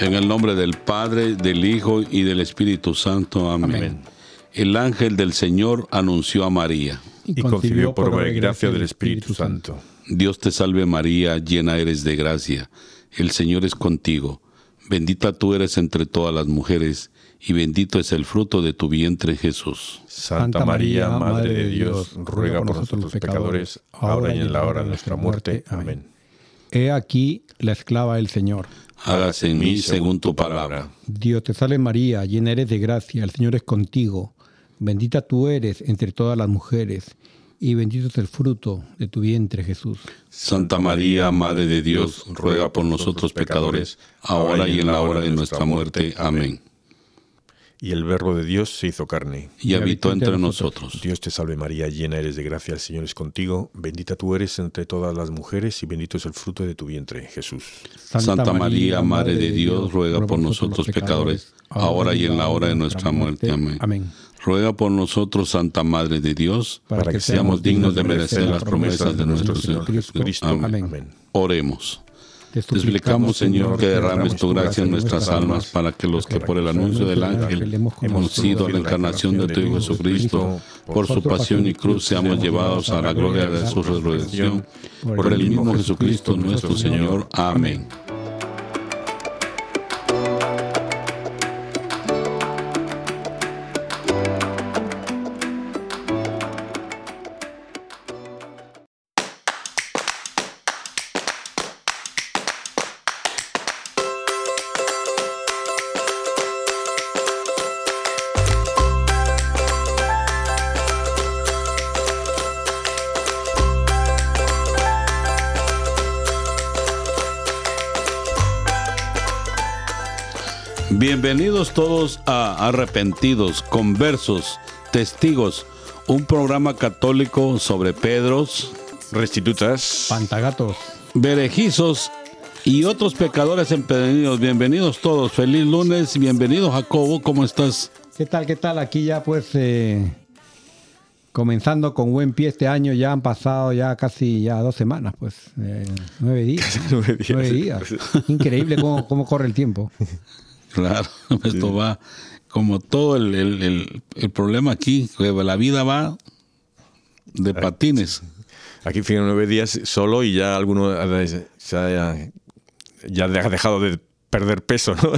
En el nombre del Padre, del Hijo y del Espíritu Santo. Amén. Amén. El ángel del Señor anunció a María. Y concibió por obra y gracia del Espíritu Santo. Dios te salve María, llena eres de gracia. El Señor es contigo. Bendita tú eres entre todas las mujeres, y bendito es el fruto de tu vientre, Jesús. Santa María, Madre de Dios, ruega por nosotros los pecadores, ahora y en la hora de nuestra muerte. Amén. He aquí la esclava del Señor. Hágase en mí según tu palabra. Dios te salve María, llena eres de gracia, el Señor es contigo. Bendita tú eres entre todas las mujeres, y bendito es el fruto de tu vientre, Jesús. Santa María, Madre de Dios, ruega por nosotros pecadores, ahora y en la hora de nuestra muerte. Amén. Y el Verbo de Dios se hizo carne. Y habitó entre nosotros. Dios te salve María, llena eres de gracia, el Señor es contigo. Bendita tú eres entre todas las mujeres, y bendito es el fruto de tu vientre, Jesús. Santa María, Madre de Dios, ruega por nosotros pecadores, ahora y en la hora de nuestra muerte. Amén. Amén. Ruega por nosotros, Santa Madre de Dios, para que seamos dignos de merecer las promesas de nuestro Señor Jesucristo. Amén. Amén. Oremos. Te suplicamos, Señor, que derrames tu gracia en nuestras almas, para que los que por el anuncio del ángel hemos sido la encarnación de tu Hijo Jesucristo, por su pasión y cruz seamos llevados a la gloria de su resurrección, por el mismo Jesucristo nuestro Señor. Amén. Bienvenidos todos a Arrepentidos, Conversos, Testigos, un programa católico sobre Pedros, restitutas, Pantagatos, berejizos y otros pecadores empedernidos. Bienvenidos todos, feliz lunes, bienvenido Jacobo, ¿cómo estás? ¿Qué tal? ¿Qué tal? Aquí ya pues comenzando con buen pie este año, ya han pasado ya casi 2 semanas, pues 9 días. 9 días. Increíble cómo corre el tiempo. Claro, esto va como todo el problema aquí, que la vida va de patines. Aquí fíjate 9 días solo y ya alguno ya ha dejado de perder peso, ¿no?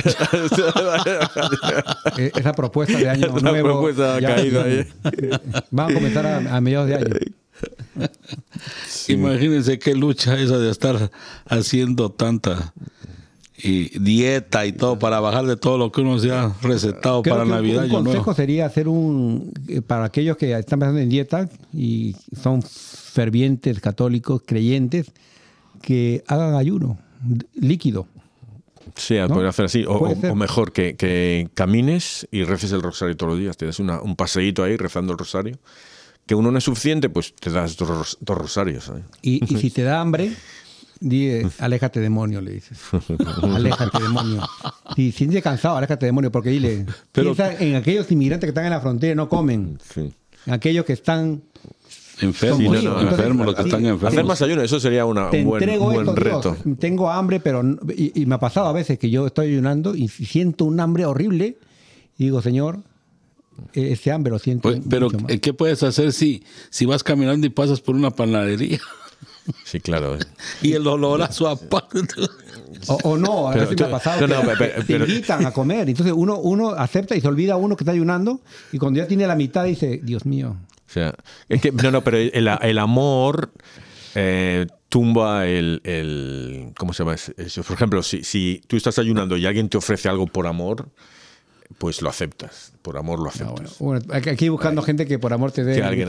Esa propuesta de año nuevo. La propuesta ha caído ahí. Van a comenzar a mediados de año. Sí. Imagínense qué lucha esa de estar haciendo tanta dieta y todo para bajar de todo lo que uno se ha recetado. Creo para Navidad. Un consejo sería hacer para aquellos que están pensando en dieta y son fervientes católicos, creyentes, que hagan ayuno líquido. Sí, ¿no? Poder hacer así. O mejor, que camines y reces el rosario todos los días. Te das un paseíto ahí rezando el rosario. Que uno no es suficiente, pues te das dos rosarios. Y si te da hambre, aléjate demonio, le dices. Aléjate demonio. Si sientes cansado, aléjate demonio, porque dile, piensa en aquellos inmigrantes que están en la frontera y no comen. Sí. En aquellos que están enfermos, enfermos, los que están enfermos. Hacer más ayuno, eso sería un buen reto. Dios, tengo hambre, pero y me ha pasado a veces que yo estoy ayunando y siento un hambre horrible y digo, Señor, ese hambre lo siento. Pero ¿qué puedes hacer si vas caminando y pasas por una panadería? Sí, claro. Y el olor a su aparte. O no, a veces me ha pasado te invitan a comer. Entonces uno acepta y se olvida uno que está ayunando y cuando ya tiene la mitad dice, Dios mío. O sea, es que, pero el amor tumba ¿cómo se llama eso? Por ejemplo, si tú estás ayunando y alguien te ofrece algo por amor, pues lo aceptas. Por amor lo aceptas. Bueno, aquí buscando gente que por amor te dé. Que alguien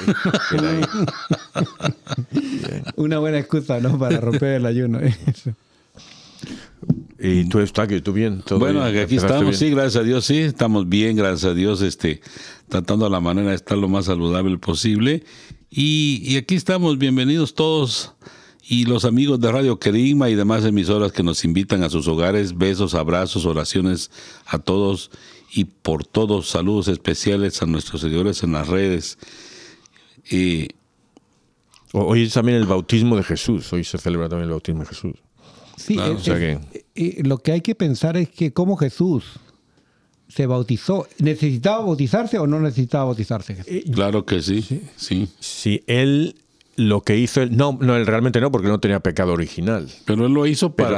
una buena excusa, ¿no? Para romper el ayuno. ¿Y tú estás aquí? ¿Tú bien? Bueno, bien? aquí estamos, bien. Sí, gracias a Dios, sí, estamos bien, gracias a Dios, tratando a la manera de estar lo más saludable posible. Y aquí estamos, bienvenidos todos y los amigos de Radio Querigma y demás emisoras que nos invitan a sus hogares. Besos, abrazos, oraciones a todos y por todos, saludos especiales a nuestros seguidores en las redes. Hoy es también el bautismo de Jesús, hoy se celebra también el bautismo de Jesús. Sí, Claro. O sea que lo que hay que pensar es que cómo Jesús se bautizó. ¿Necesitaba bautizarse o no necesitaba bautizarse Jesús? Claro que sí, sí. si él lo que hizo, él realmente no, porque no tenía pecado original. Pero él lo hizo Pero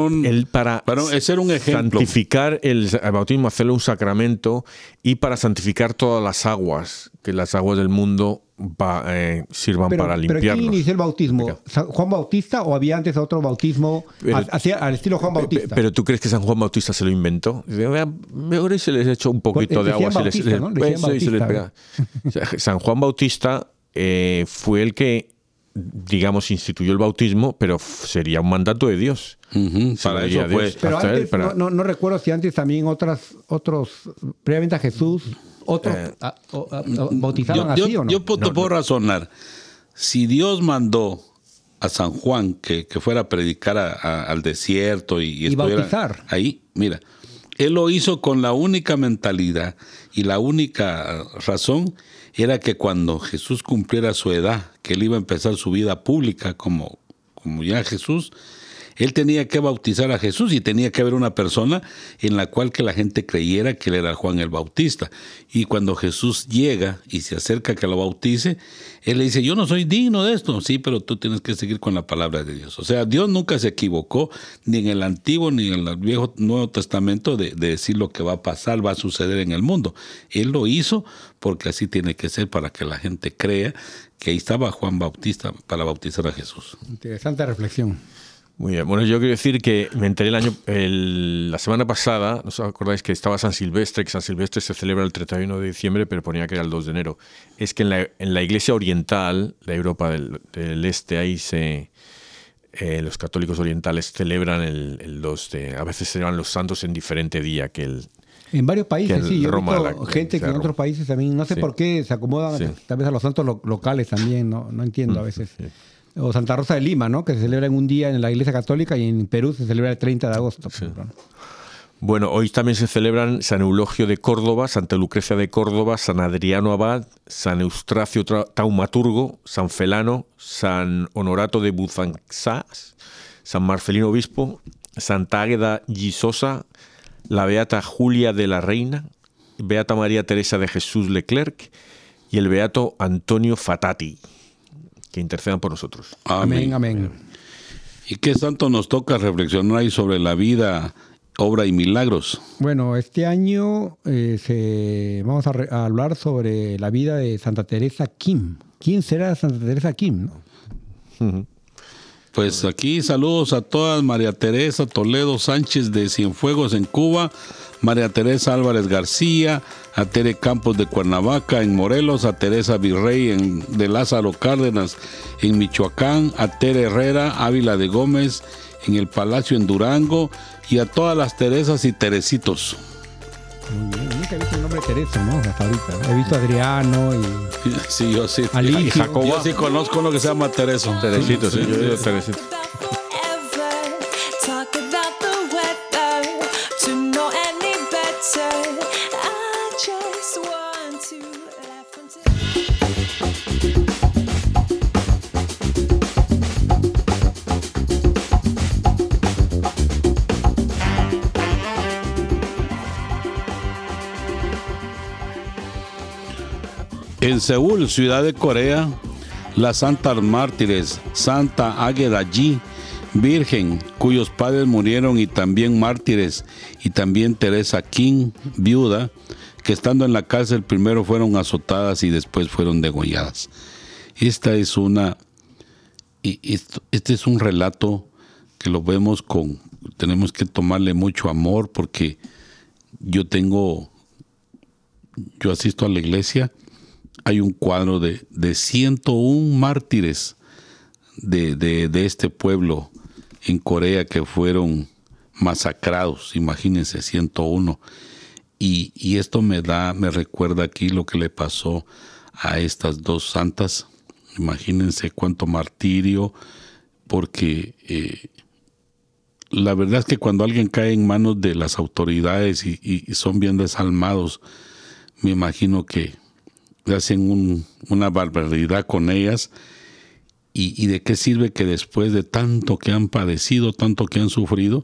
para ser un ejemplo. santificar el bautismo, hacerlo un sacramento y para santificar todas las aguas, que las aguas del mundo sirvan para ¿Pero limpiarnos. quién inició el bautismo? ¿Juan Bautista o había antes otro bautismo al estilo Juan Bautista? Pero ¿tú crees que San Juan Bautista se lo inventó? Mejor se les echó un poquito de agua. Y se les pega. O sea, San Juan Bautista fue el que, digamos, instituyó el bautismo, pero sería un mandato de Dios. Para eso fue. Pero antes, no recuerdo si antes también otros, previamente a Jesús, bautizaban así o no. Yo te puedo razonar. Si Dios mandó a San Juan que fuera a predicar al desierto y bautizar ahí, mira, él lo hizo con la única mentalidad y la única razón era que cuando Jesús cumpliera su edad, que él iba a empezar su vida pública como ya Jesús, él tenía que bautizar a Jesús y tenía que haber una persona en la cual que la gente creyera que él era Juan el Bautista. Y cuando Jesús llega y se acerca a que lo bautice, él le dice, yo no soy digno de esto. Sí, pero tú tienes que seguir con la palabra de Dios. O sea, Dios nunca se equivocó, ni en el Antiguo ni en el Nuevo Testamento, de decir lo que va a pasar, va a suceder en el mundo. Él lo hizo porque así tiene que ser, para que la gente crea que ahí estaba Juan Bautista para bautizar a Jesús. Interesante reflexión. Muy bien. Bueno, yo quiero decir que me enteré la semana pasada, ¿no os acordáis que estaba San Silvestre? Que San Silvestre se celebra el 31 de diciembre, pero ponía que era el 2 de enero. Es que en la Iglesia Oriental, la Europa del Este, ahí los católicos orientales celebran el 2 de... A veces celebran los santos en diferente día que el... En varios países, sí. Yo he Roma, visto gente que en otros países también, no sé por qué, se acomodan tal vez a los santos locales también, no entiendo a veces. Sí. O Santa Rosa de Lima, ¿no? Que se celebra en un día en la Iglesia Católica y en Perú se celebra el 30 de agosto. Sí. Bueno, hoy también se celebran San Eulogio de Córdoba, Santa Lucrecia de Córdoba, San Adriano Abad, San Eustacio Taumaturgo, San Felano, San Honorato de Buzansás, San Marcelino Obispo, Santa Águeda Gisosa, la Beata Julia de la Reina, Beata María Teresa de Jesús Leclerc y el Beato Antonio Fatati. Que intercedan por nosotros. Amén, amén. ¿Y qué santo nos toca reflexionar ahí sobre la vida, obra y milagros? Bueno, este año vamos a hablar sobre la vida de Santa Teresa Kim. ¿Quién será Santa Teresa Kim? ¿No? Pues aquí saludos a todas: María Teresa Toledo Sánchez de Cienfuegos en Cuba, María Teresa Álvarez García, a Tere Campos de Cuernavaca en Morelos, a Teresa Virrey de Lázaro Cárdenas en Michoacán, a Tere Herrera Ávila de Gómez en el Palacio en Durango, y a todas las Teresas y Teresitos. Muy bien. Nunca he visto el nombre de Teresa, ¿no? Hasta ahorita. He visto a Adriano y... Sí, yo sí. Alicia. Y Jacoba. Yo sí conozco uno que se llama Tereso. Teresito, sí. Yo digo Teresito. En Seúl, ciudad de Corea, las santas mártires Santa Águeda Ji, virgen, cuyos padres murieron y también mártires, y también Teresa Kim, viuda, que estando en la cárcel primero fueron azotadas y después fueron degolladas. Este es un relato que lo vemos tenemos que tomarle mucho amor, porque yo asisto a la iglesia. Hay un cuadro de 101 mártires de este pueblo en Corea que fueron masacrados. Imagínense, 101. Y esto me recuerda aquí lo que le pasó a estas dos santas. Imagínense cuánto martirio, porque la verdad es que cuando alguien cae en manos de las autoridades y son bien desalmados, me imagino que hacen una barbaridad con ellas, ¿Y de qué sirve que después de tanto que han padecido, tanto que han sufrido,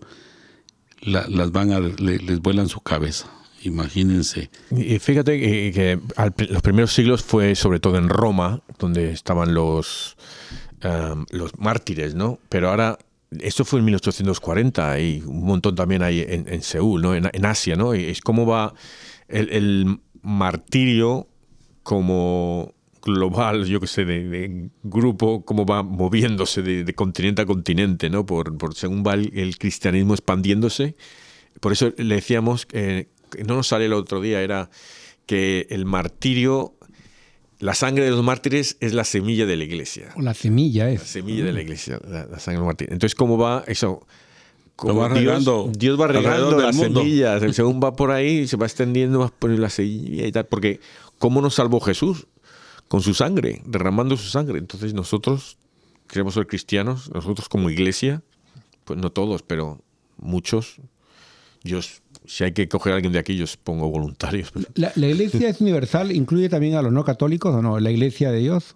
les vuelan su cabeza? Imagínense. Y fíjate que los primeros siglos fue sobre todo en Roma, donde estaban los mártires, ¿no? Pero ahora, esto fue en 1840 y un montón también hay en Seúl, ¿no? En Asia, ¿no? Y es cómo va el martirio como global, yo que sé, de grupo, cómo va moviéndose de continente a continente, ¿no? Por según va el cristianismo expandiéndose. Por eso le decíamos que no nos sale el otro día, era que el martirio, la sangre de los mártires es la semilla de la iglesia. La semilla es. La semilla de la iglesia, la sangre de los mártires. Entonces, ¿cómo va eso? Como Dios va regando las semillas, según va por ahí, se va extendiendo, va poniendo la semilla y tal. Porque, ¿cómo nos salvó Jesús? Con su sangre, derramando su sangre. Entonces, nosotros queremos ser cristianos, nosotros como iglesia, pues no todos, pero muchos. Si hay que coger a alguien de aquí, yo pongo voluntarios. ¿La iglesia es universal? ¿Incluye también a los no católicos o no? ¿La iglesia de Dios?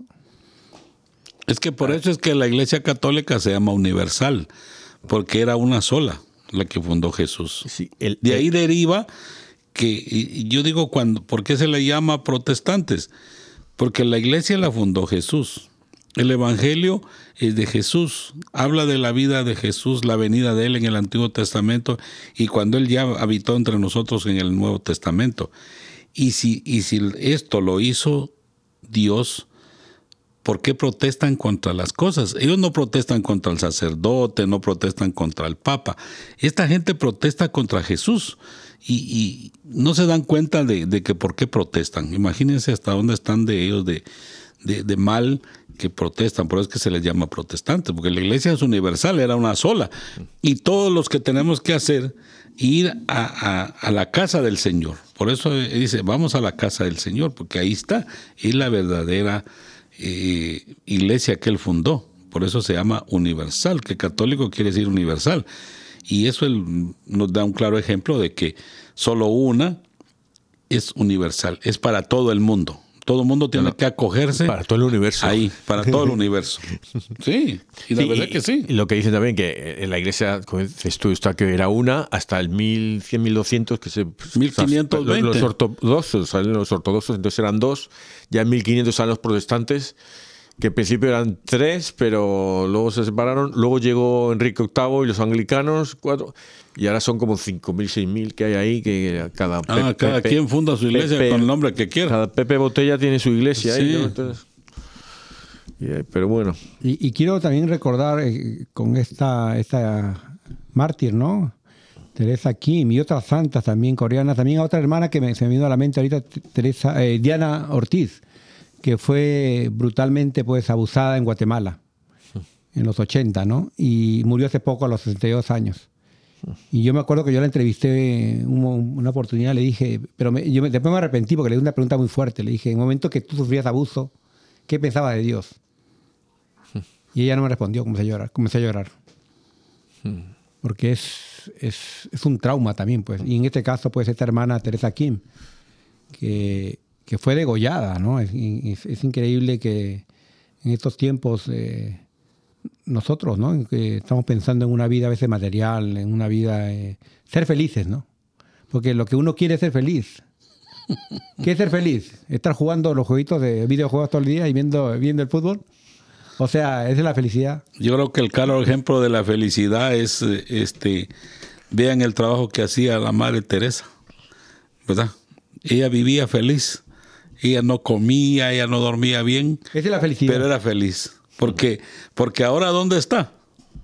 Es que por eso es que la iglesia católica se llama universal, porque era una sola la que fundó Jesús. Sí, de ahí deriva que, yo digo, ¿por qué se le llama protestantes? Porque la iglesia la fundó Jesús. El evangelio es de Jesús, habla de la vida de Jesús, la venida de él en el Antiguo Testamento y cuando él ya habitó entre nosotros en el Nuevo Testamento. Y si esto lo hizo Dios, ¿por qué protestan contra las cosas? Ellos no protestan contra el sacerdote, no protestan contra el Papa. Esta gente protesta contra Jesús y no se dan cuenta de que por qué protestan. Imagínense hasta dónde están de ellos de mal que protestan, por eso es que se les llama protestantes, porque la iglesia es universal, era una sola, y todos los que tenemos que hacer, ir a la casa del Señor. Por eso dice, vamos a la casa del Señor, porque ahí está, es la verdadera iglesia que él fundó. Por eso se llama universal, que católico quiere decir universal. Y eso nos da un claro ejemplo de que solo una es universal, es para todo el mundo. Todo el mundo tiene que acogerse. Para todo el universo. Ahí, para todo el universo. Sí, y la verdad que sí. Y lo que dicen también, que en la iglesia, como dices tú, está que era una hasta el 1100, 1200, que se... 1520. Los ortodoxos, salen los ortodoxos, entonces eran dos. Ya en 1500 salen los protestantes, que en principio eran tres, pero luego se separaron. Luego llegó Enrique VIII y los anglicanos, 4. Y ahora son como 5.000, 6.000 que hay ahí, que cada quien funda su iglesia con el nombre que quiera. Cada Pepe Botella tiene su iglesia sí. Ahí, ¿no? Entonces, pero bueno. Y quiero también recordar con esta mártir, ¿no? Teresa Kim y otras santas también coreanas, también a otra hermana que se me vino a la mente ahorita, Diana Ortiz, que fue brutalmente pues abusada en Guatemala en los 80, ¿no? Y murió hace poco a los 62 años. Y yo me acuerdo que yo la entrevisté una oportunidad, le dije, pero después me arrepentí porque le di una pregunta muy fuerte. Le dije, en el momento que tú sufrías abuso, ¿qué pensabas de Dios? Y ella no me respondió, comencé a llorar. Porque es un trauma también, pues. Y en este caso, pues, esta hermana Teresa Kim, que fue degollada, ¿no? Es increíble que en estos tiempos... nosotros, ¿no? Que estamos pensando en una vida a veces material, en una vida... ser felices, ¿no? Porque lo que uno quiere es ser feliz. ¿Qué es ser feliz? ¿Estar jugando los jueguitos de videojuegos todo el día y viendo el fútbol? O sea, esa es la felicidad. Yo creo que el claro ejemplo de la felicidad es, vean el trabajo que hacía la Madre Teresa, ¿verdad? Ella vivía feliz. Ella no comía, ella no dormía bien. Esa es la felicidad. Pero era feliz. Porque ahora ¿dónde está?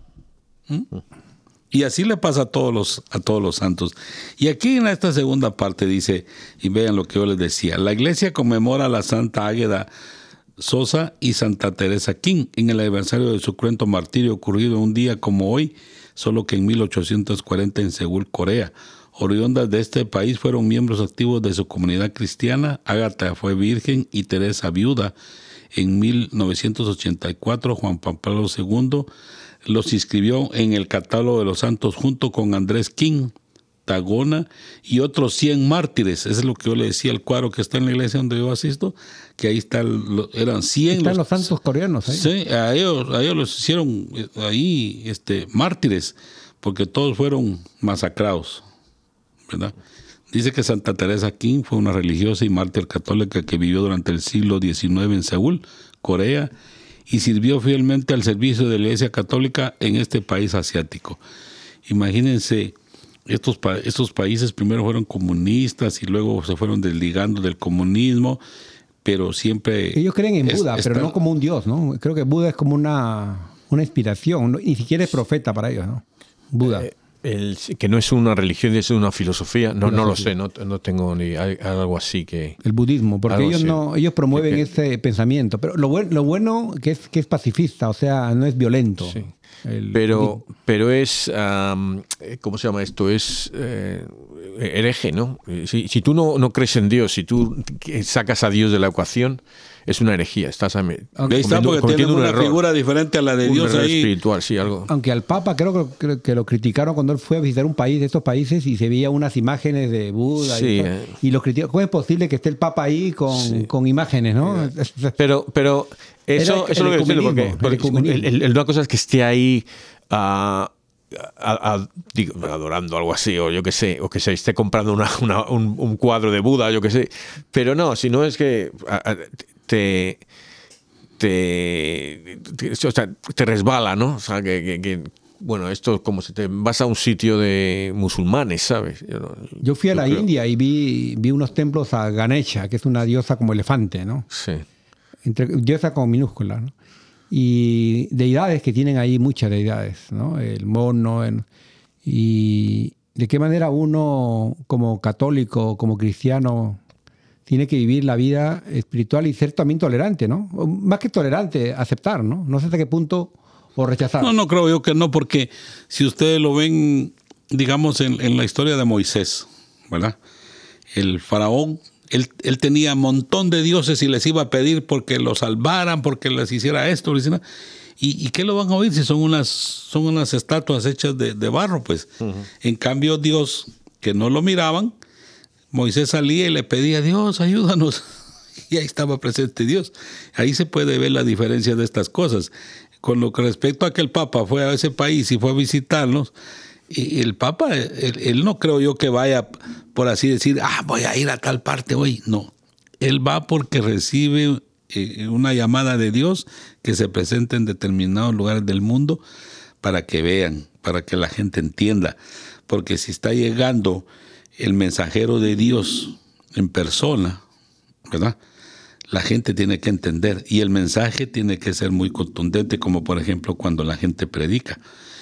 Y así le pasa a todos los santos. Y aquí en esta segunda parte dice, y vean lo que yo les decía, la iglesia conmemora a la Santa Águeda Sosa y Santa Teresa Kim en el aniversario de su cruento martirio ocurrido un día como hoy, solo que en 1840 en Seúl, Corea. Oriundas de este país fueron miembros activos de su comunidad cristiana. Ágata fue virgen y Teresa viuda. En 1984, Juan Pablo II los inscribió en el catálogo de los santos junto con Andrés Kim, Tagona y otros 100 mártires. Eso es lo que yo le decía al cuadro que está en la iglesia donde yo asisto, que ahí eran 100. Están los santos coreanos ahí. Sí, a ellos los hicieron ahí mártires, porque todos fueron masacrados, ¿verdad? Dice que Santa Teresa King fue una religiosa y mártir católica que vivió durante el siglo XIX en Seúl, Corea, y sirvió fielmente al servicio de la Iglesia Católica en este país asiático. Imagínense, estos países primero fueron comunistas y luego se fueron desligando del comunismo, pero siempre... Ellos creen en Buda, pero no como un dios, ¿no? Creo que Buda es como una inspiración, ¿no? Ni siquiera es profeta para ellos, ¿no? Buda. Que no es una religión, es una filosofía. No lo sé, no tengo ni algo así que... El budismo, porque ellos promueven ese pensamiento. Pero lo bueno que es pacifista, o sea, no es violento. Sí. Pero es, ¿cómo se llama esto? Es hereje, ¿no? Si tú no crees en Dios, si tú sacas a Dios de la ecuación, es una herejía. Estás ahí está, porque tiene una figura diferente a la de Dios ahí. Espiritual, sí, algo. Aunque al Papa creo que lo criticaron cuando él fue a visitar un país de estos países y se veía unas imágenes de Buda. Sí, y lo criticaron. ¿Cómo es posible que esté el Papa ahí con imágenes, no? Pero eso es lo que entiendo, porque una cosa es que esté ahí adorando algo así, o yo qué sé, o que se esté comprando un cuadro de Buda, yo qué sé. Pero no, si no es que te resbala, ¿no? O sea, bueno, esto es como si te vas a un sitio de musulmanes, ¿sabes? Yo fui a la India y vi unos templos a Ganesha, que es una diosa como elefante, ¿no? Sí. Diosa como minúscula, ¿no? Y deidades que tienen ahí, muchas deidades, ¿no? El mono. Y de qué manera uno, como católico, como cristiano, tiene que vivir la vida espiritual y ser también tolerante, ¿no? O más que tolerante, aceptar, ¿no? No sé hasta qué punto, o rechazar. No creo yo que no, porque si ustedes lo ven, digamos, en la historia de Moisés, ¿verdad? El faraón, él tenía un montón de dioses y les iba a pedir porque lo salvaran, porque les hiciera esto, les hiciera... ¿Y qué lo van a oír si son unas estatuas hechas de barro? Pues, En cambio, Dios, que no lo miraban, Moisés salía y le pedía, Dios, ayúdanos. Y ahí estaba presente Dios. Ahí se puede ver la diferencia de estas cosas. Con lo que respecto a que el Papa fue a ese país y fue a visitarnos, y el Papa, él no creo yo que vaya, por así decir, voy a ir a tal parte hoy. No, él va porque recibe una llamada de Dios que se presenta en determinados lugares del mundo para que vean, para que la gente entienda. Porque si está llegando el mensajero de Dios en persona, ¿verdad? La gente tiene que entender y el mensaje tiene que ser muy contundente, como por ejemplo cuando la gente predica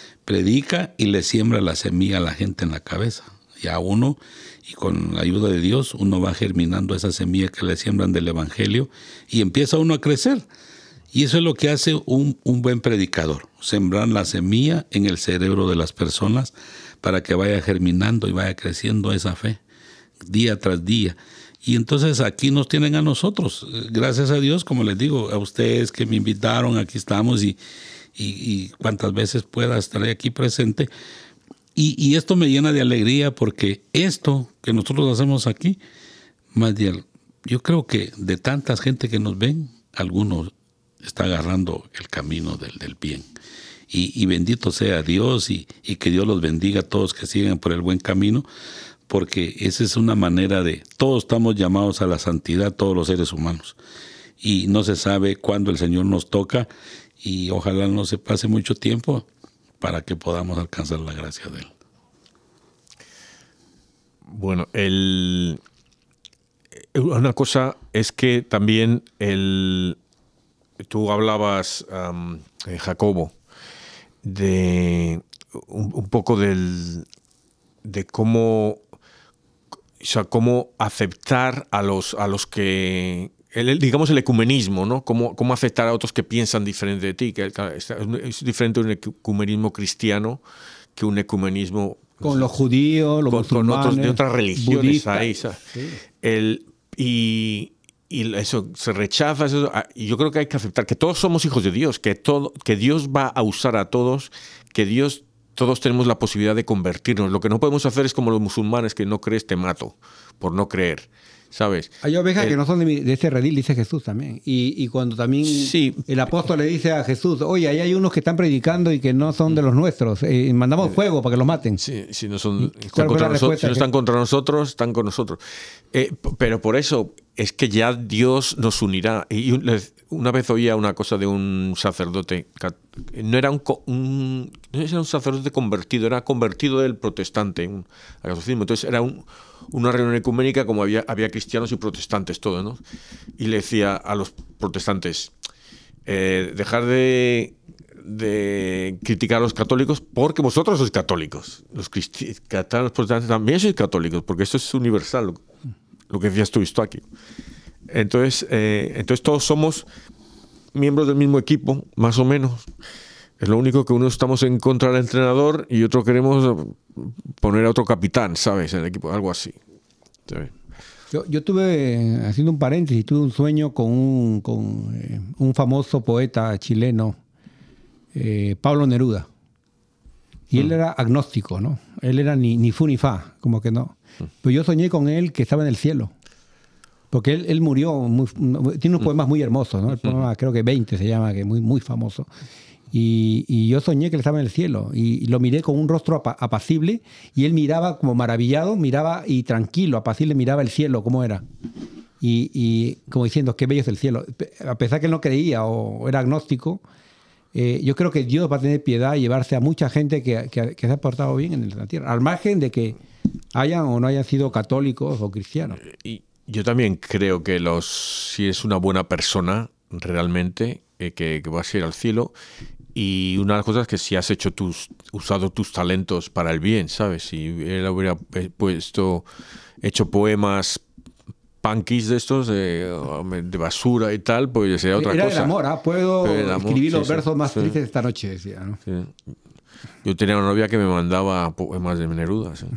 y le siembra la semilla a la gente en la cabeza. Ya uno, y con la ayuda de Dios, uno va germinando esa semilla que le siembran del Evangelio y empieza uno a crecer. Y eso es lo que hace un buen predicador, sembrar la semilla en el cerebro de las personas para que vaya germinando y vaya creciendo esa fe día tras día. Y entonces aquí nos tienen a nosotros, gracias a Dios, como les digo, a ustedes que me invitaron, aquí estamos y cuantas veces pueda estaré aquí presente. Y esto me llena de alegría porque esto que nosotros hacemos aquí, yo creo que de tanta gente que nos ven, algunos está agarrando el camino del bien. Y bendito sea Dios y que Dios los bendiga a todos que sigan por el buen camino, porque esa es una manera todos estamos llamados a la santidad, todos los seres humanos. Y no se sabe cuándo el Señor nos toca y ojalá no se pase mucho tiempo para que podamos alcanzar la gracia de Él. Bueno, una cosa es que también tú hablabas, Jacobo, de un poco de cómo, o sea, cómo aceptar a los que, digamos el ecumenismo, ¿no? Cómo aceptar a otros que piensan diferente de ti, que es diferente un ecumenismo cristiano que un ecumenismo con los judíos, los musulmanes, con otros de otras religiones budistas, ahí, ¿sabes? Sí. Y eso se rechaza, eso, y yo creo que hay que aceptar que todos somos hijos de Dios, que Dios va a usar a todos, que Dios todos tenemos la posibilidad de convertirnos. Lo que no podemos hacer es como los musulmanes, que no crees, te mato, por no creer. ¿Sabes? Hay ovejas que no son de ese redil, dice Jesús también. Y cuando también el apóstol le dice a Jesús, oye, ahí hay unos que están predicando y que no son de los nuestros, mandamos fuego para que los maten. Sí, si no están contra nosotros, están con nosotros. Pero por eso es que ya Dios nos unirá. Y una vez oía una cosa de un sacerdote, no era un sacerdote convertido, era convertido del protestante al catolicismo. Entonces era una reunión ecuménica, como había cristianos y protestantes, todo, ¿no? Y le decía a los protestantes, dejar de criticar a los católicos porque vosotros sois católicos. Los protestantes también sois católicos, porque esto es universal, lo que decías tú, Eustaquio. Entonces todos somos miembros del mismo equipo, más o menos. Es lo único que uno estamos en contra del entrenador y otro queremos poner a otro capitán, ¿sabes? En el equipo, algo así. ¿Sabes? Yo tuve, haciendo un paréntesis, tuve un sueño con un famoso poeta chileno, Pablo Neruda. Y él era agnóstico, ¿no? Él era ni fu ni fa, como que no. Pero yo soñé con él que estaba en el cielo. Porque él murió, tiene unos poemas muy hermosos, ¿no? El poema, creo que 20 se llama, que es muy, muy famoso. Y yo soñé que él estaba en el cielo y lo miré con un rostro apacible y él miraba como maravillado, miraba y tranquilo, apacible, miraba el cielo, cómo era. Y como diciendo, qué bello es el cielo. A pesar que él no creía o era agnóstico, yo creo que Dios va a tener piedad y llevarse a mucha gente que se ha portado bien en la tierra, al margen de que hayan o no hayan sido católicos o cristianos. Y yo también creo que si es una buena persona realmente, que vas a ir al cielo. Y una de las cosas es que si has usado tus talentos para el bien, ¿sabes? Si él hubiera hecho poemas punkis de estos, de basura y tal, pues sería otra cosa. Era el amor, ¿ah? Puedo escribir los versos más tristes esta noche, decía, ¿no? Sí. Yo tenía una novia que me mandaba poemas de Neruda, ¿sí?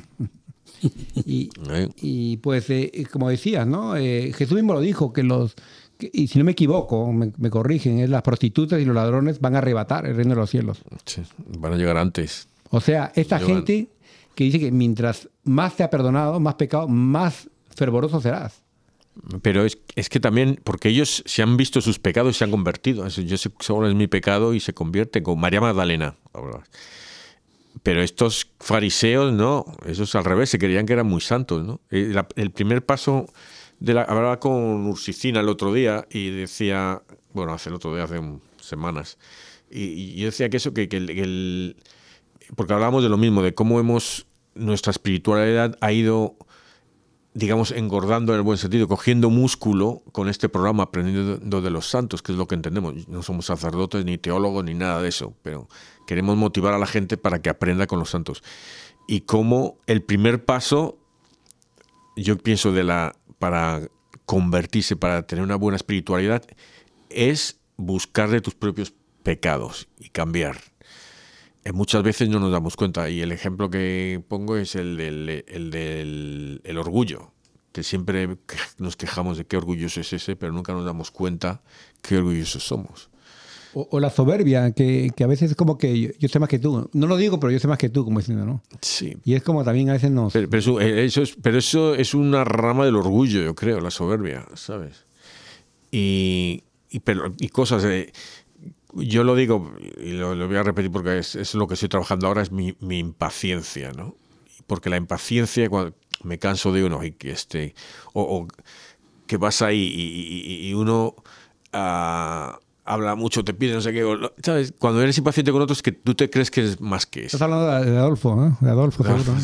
Y pues, como decías, ¿no? Jesús mismo lo dijo, y si no me equivoco, me corrigen, las prostitutas y los ladrones van a arrebatar el reino de los cielos. Sí, van a llegar antes. O sea, gente que dice que mientras más te ha perdonado, más pecado, más fervoroso serás. Pero es que también, porque ellos se han visto sus pecados y se han convertido. Yo sé solo es mi pecado y se convierte, con María Magdalena. Pero estos fariseos, no, esos al revés, se creían que eran muy santos, ¿no? El primer paso... hablaba con Ursicina el otro día y decía, bueno, hace semanas, y yo decía que eso, porque hablábamos de lo mismo, de cómo nuestra espiritualidad ha ido, digamos, engordando en el buen sentido, cogiendo músculo con este programa, aprendiendo de los santos, que es lo que entendemos. No somos sacerdotes, ni teólogos, ni nada de eso, pero queremos motivar a la gente para que aprenda con los santos. Y cómo el primer paso, yo pienso, para convertirse, para tener una buena espiritualidad, es buscar de tus propios pecados y cambiar. Muchas veces no nos damos cuenta, y el ejemplo que pongo es el del orgullo, que siempre nos quejamos de qué orgulloso es ese, pero nunca nos damos cuenta qué orgullosos somos. O la soberbia, que a veces es como que yo sé más que tú. No lo digo, pero yo sé más que tú, como diciendo, ¿no? Sí. Y es como también a veces nos... Pero eso es una rama del orgullo, yo creo, la soberbia, ¿sabes? Y cosas... yo lo digo, y lo voy a repetir porque es lo que estoy trabajando ahora, es mi impaciencia, ¿no? Porque la impaciencia, cuando me canso de uno, y que o que vas ahí y uno... habla mucho, te pide no sé qué, ¿sabes? Cuando eres impaciente con otros, que tú te crees que es más que eso. Estás hablando de Adolfo, ¿no? De Adolfo,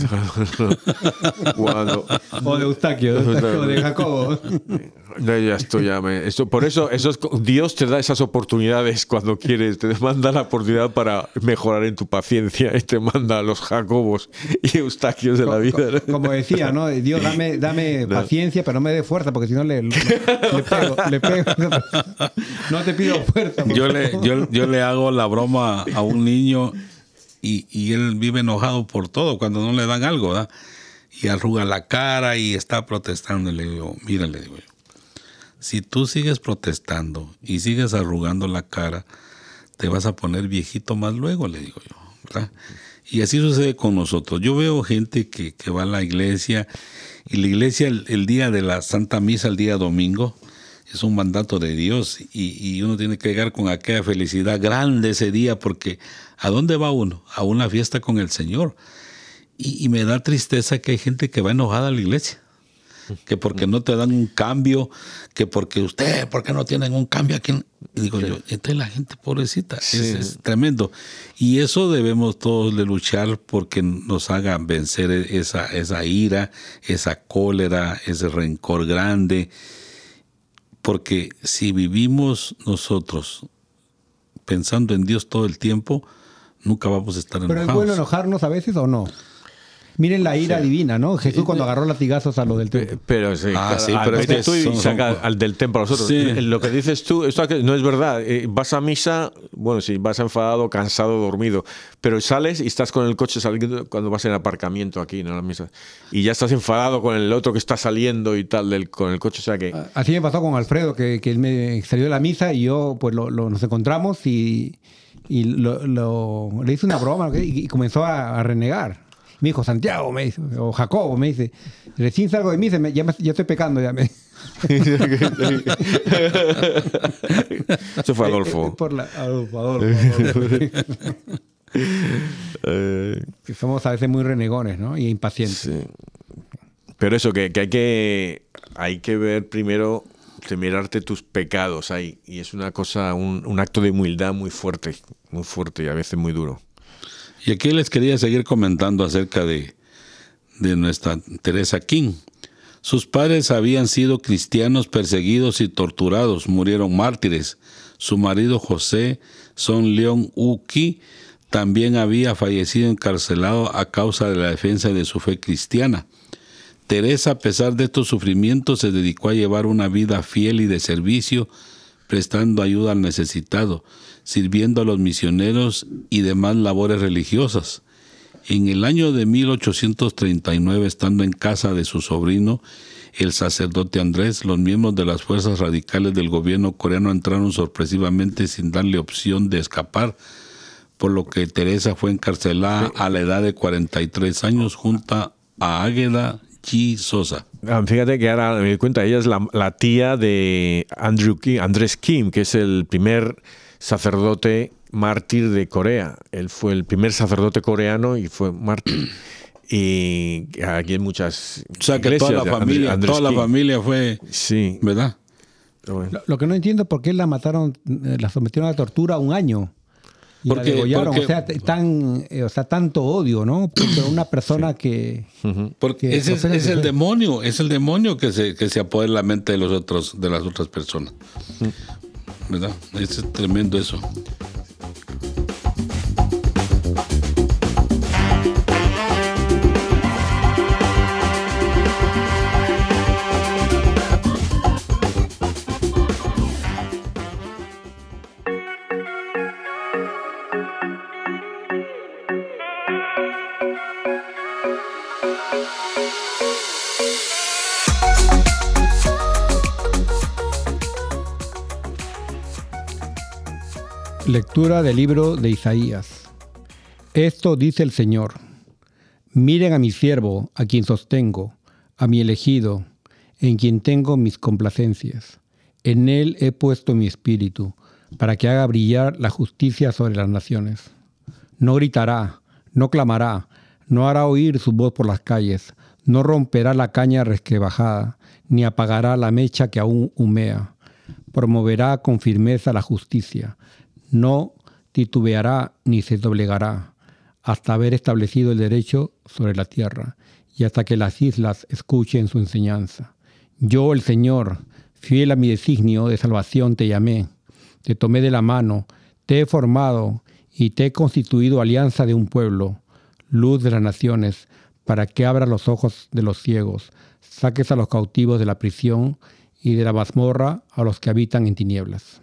seguro. O de Eustaquio, o de Jacobo. Por eso Dios te da esas oportunidades cuando quieres, te manda la oportunidad para mejorar en tu paciencia, y te manda a los Jacobos y Eustaquios de la vida, ¿no? Como decía, ¿no? Dios, dame paciencia, pero no me dé fuerza, porque si no le pego. No te pido fuerza. Yo le hago la broma a un niño y él vive enojado por todo cuando no le dan algo, ¿verdad? Y arruga la cara y está protestando. Y le digo, mira, le digo yo, si tú sigues protestando y sigues arrugando la cara, te vas a poner viejito más luego, le digo yo, ¿verdad? Y así sucede con nosotros. Yo veo gente que va a la iglesia, y la iglesia el día de la Santa Misa, el día domingo, es un mandato de Dios, y uno tiene que llegar con aquella felicidad grande ese día, porque ¿a dónde va uno? A una fiesta con el Señor. Y me da tristeza que hay gente que va enojada a la iglesia, que porque no te dan un cambio, que porque ¿por qué no tienen un cambio aquí? Y digo yo, entonces la gente pobrecita, es tremendo. Y eso debemos todos de luchar porque nos haga vencer esa ira, esa cólera, ese rencor grande. Porque si vivimos nosotros pensando en Dios todo el tiempo, nunca vamos a estar enojados. ¿Pero es bueno enojarnos a veces o no? Miren la ira divina, ¿no? Jesús cuando agarró latigazos a los del templo. Pero sí, pero es que tú y saca al del templo a nosotros. Sí. Lo que dices tú, esto no es verdad. Vas a misa, bueno, sí, vas enfadado, cansado, dormido, pero sales y estás con el coche saliendo cuando vas en el aparcamiento aquí, ¿no? En la misa. Y ya estás enfadado con el otro que está saliendo y tal, con el coche, o sea que... Así me pasó con Alfredo, que él me salió de la misa y yo, pues nos encontramos y le hice una broma, ¿okay? Y comenzó a renegar. Me dijo, Santiago, me dice, o Jacobo, me dice, recién salgo de misa, ya estoy pecando, ya me... Eso fue Adolfo. Adolfo. Somos a veces muy renegones, ¿no? Y impacientes. Sí. Pero eso, que hay que ver primero, mirarte tus pecados ahí. Y es una cosa, un acto de humildad muy fuerte y a veces muy duro. Y aquí les quería seguir comentando acerca de nuestra Teresa King. Sus padres habían sido cristianos perseguidos y torturados, murieron mártires. Su marido José Son León Uki también había fallecido encarcelado a causa de la defensa de su fe cristiana. Teresa, a pesar de estos sufrimientos, se dedicó a llevar una vida fiel y de servicio, prestando ayuda al necesitado, sirviendo a los misioneros y demás labores religiosas. En el año de 1839, estando en casa de su sobrino, el sacerdote Andrés, los miembros de las fuerzas radicales del gobierno coreano entraron sorpresivamente sin darle opción de escapar, por lo que Teresa fue encarcelada a la edad de 43 años junto a Águeda G. Sosa. Fíjate que ahora me doy cuenta, ella es la tía de Andrés Kim, que es el primer sacerdote mártir de Corea. Él fue el primer sacerdote coreano y fue mártir. Y aquí hay muchas iglesias, toda la familia fue, sí, ¿verdad? Bueno. Lo que no entiendo es por qué la mataron, la sometieron a la tortura un año. Y la degollaron. O sea, tanto odio, ¿no? Por una persona que... Porque ese es el demonio, que se apodera en la mente de las otras personas. ¿Verdad? Es tremendo eso. Lectura del libro de Isaías. Esto dice el Señor: miren a mi siervo, a quien sostengo, a mi elegido, en quien tengo mis complacencias. En él he puesto mi espíritu, para que haga brillar la justicia sobre las naciones. No gritará, no clamará, no hará oír su voz por las calles, no romperá la caña resquebrajada, ni apagará la mecha que aún humea. Promoverá con firmeza la justicia. No titubeará ni se doblegará hasta haber establecido el derecho sobre la tierra y hasta que las islas escuchen su enseñanza. Yo, el Señor, fiel a mi designio de salvación, te llamé, te tomé de la mano, te he formado y te he constituido alianza de un pueblo, luz de las naciones, para que abras los ojos de los ciegos, saques a los cautivos de la prisión y de la mazmorra a los que habitan en tinieblas.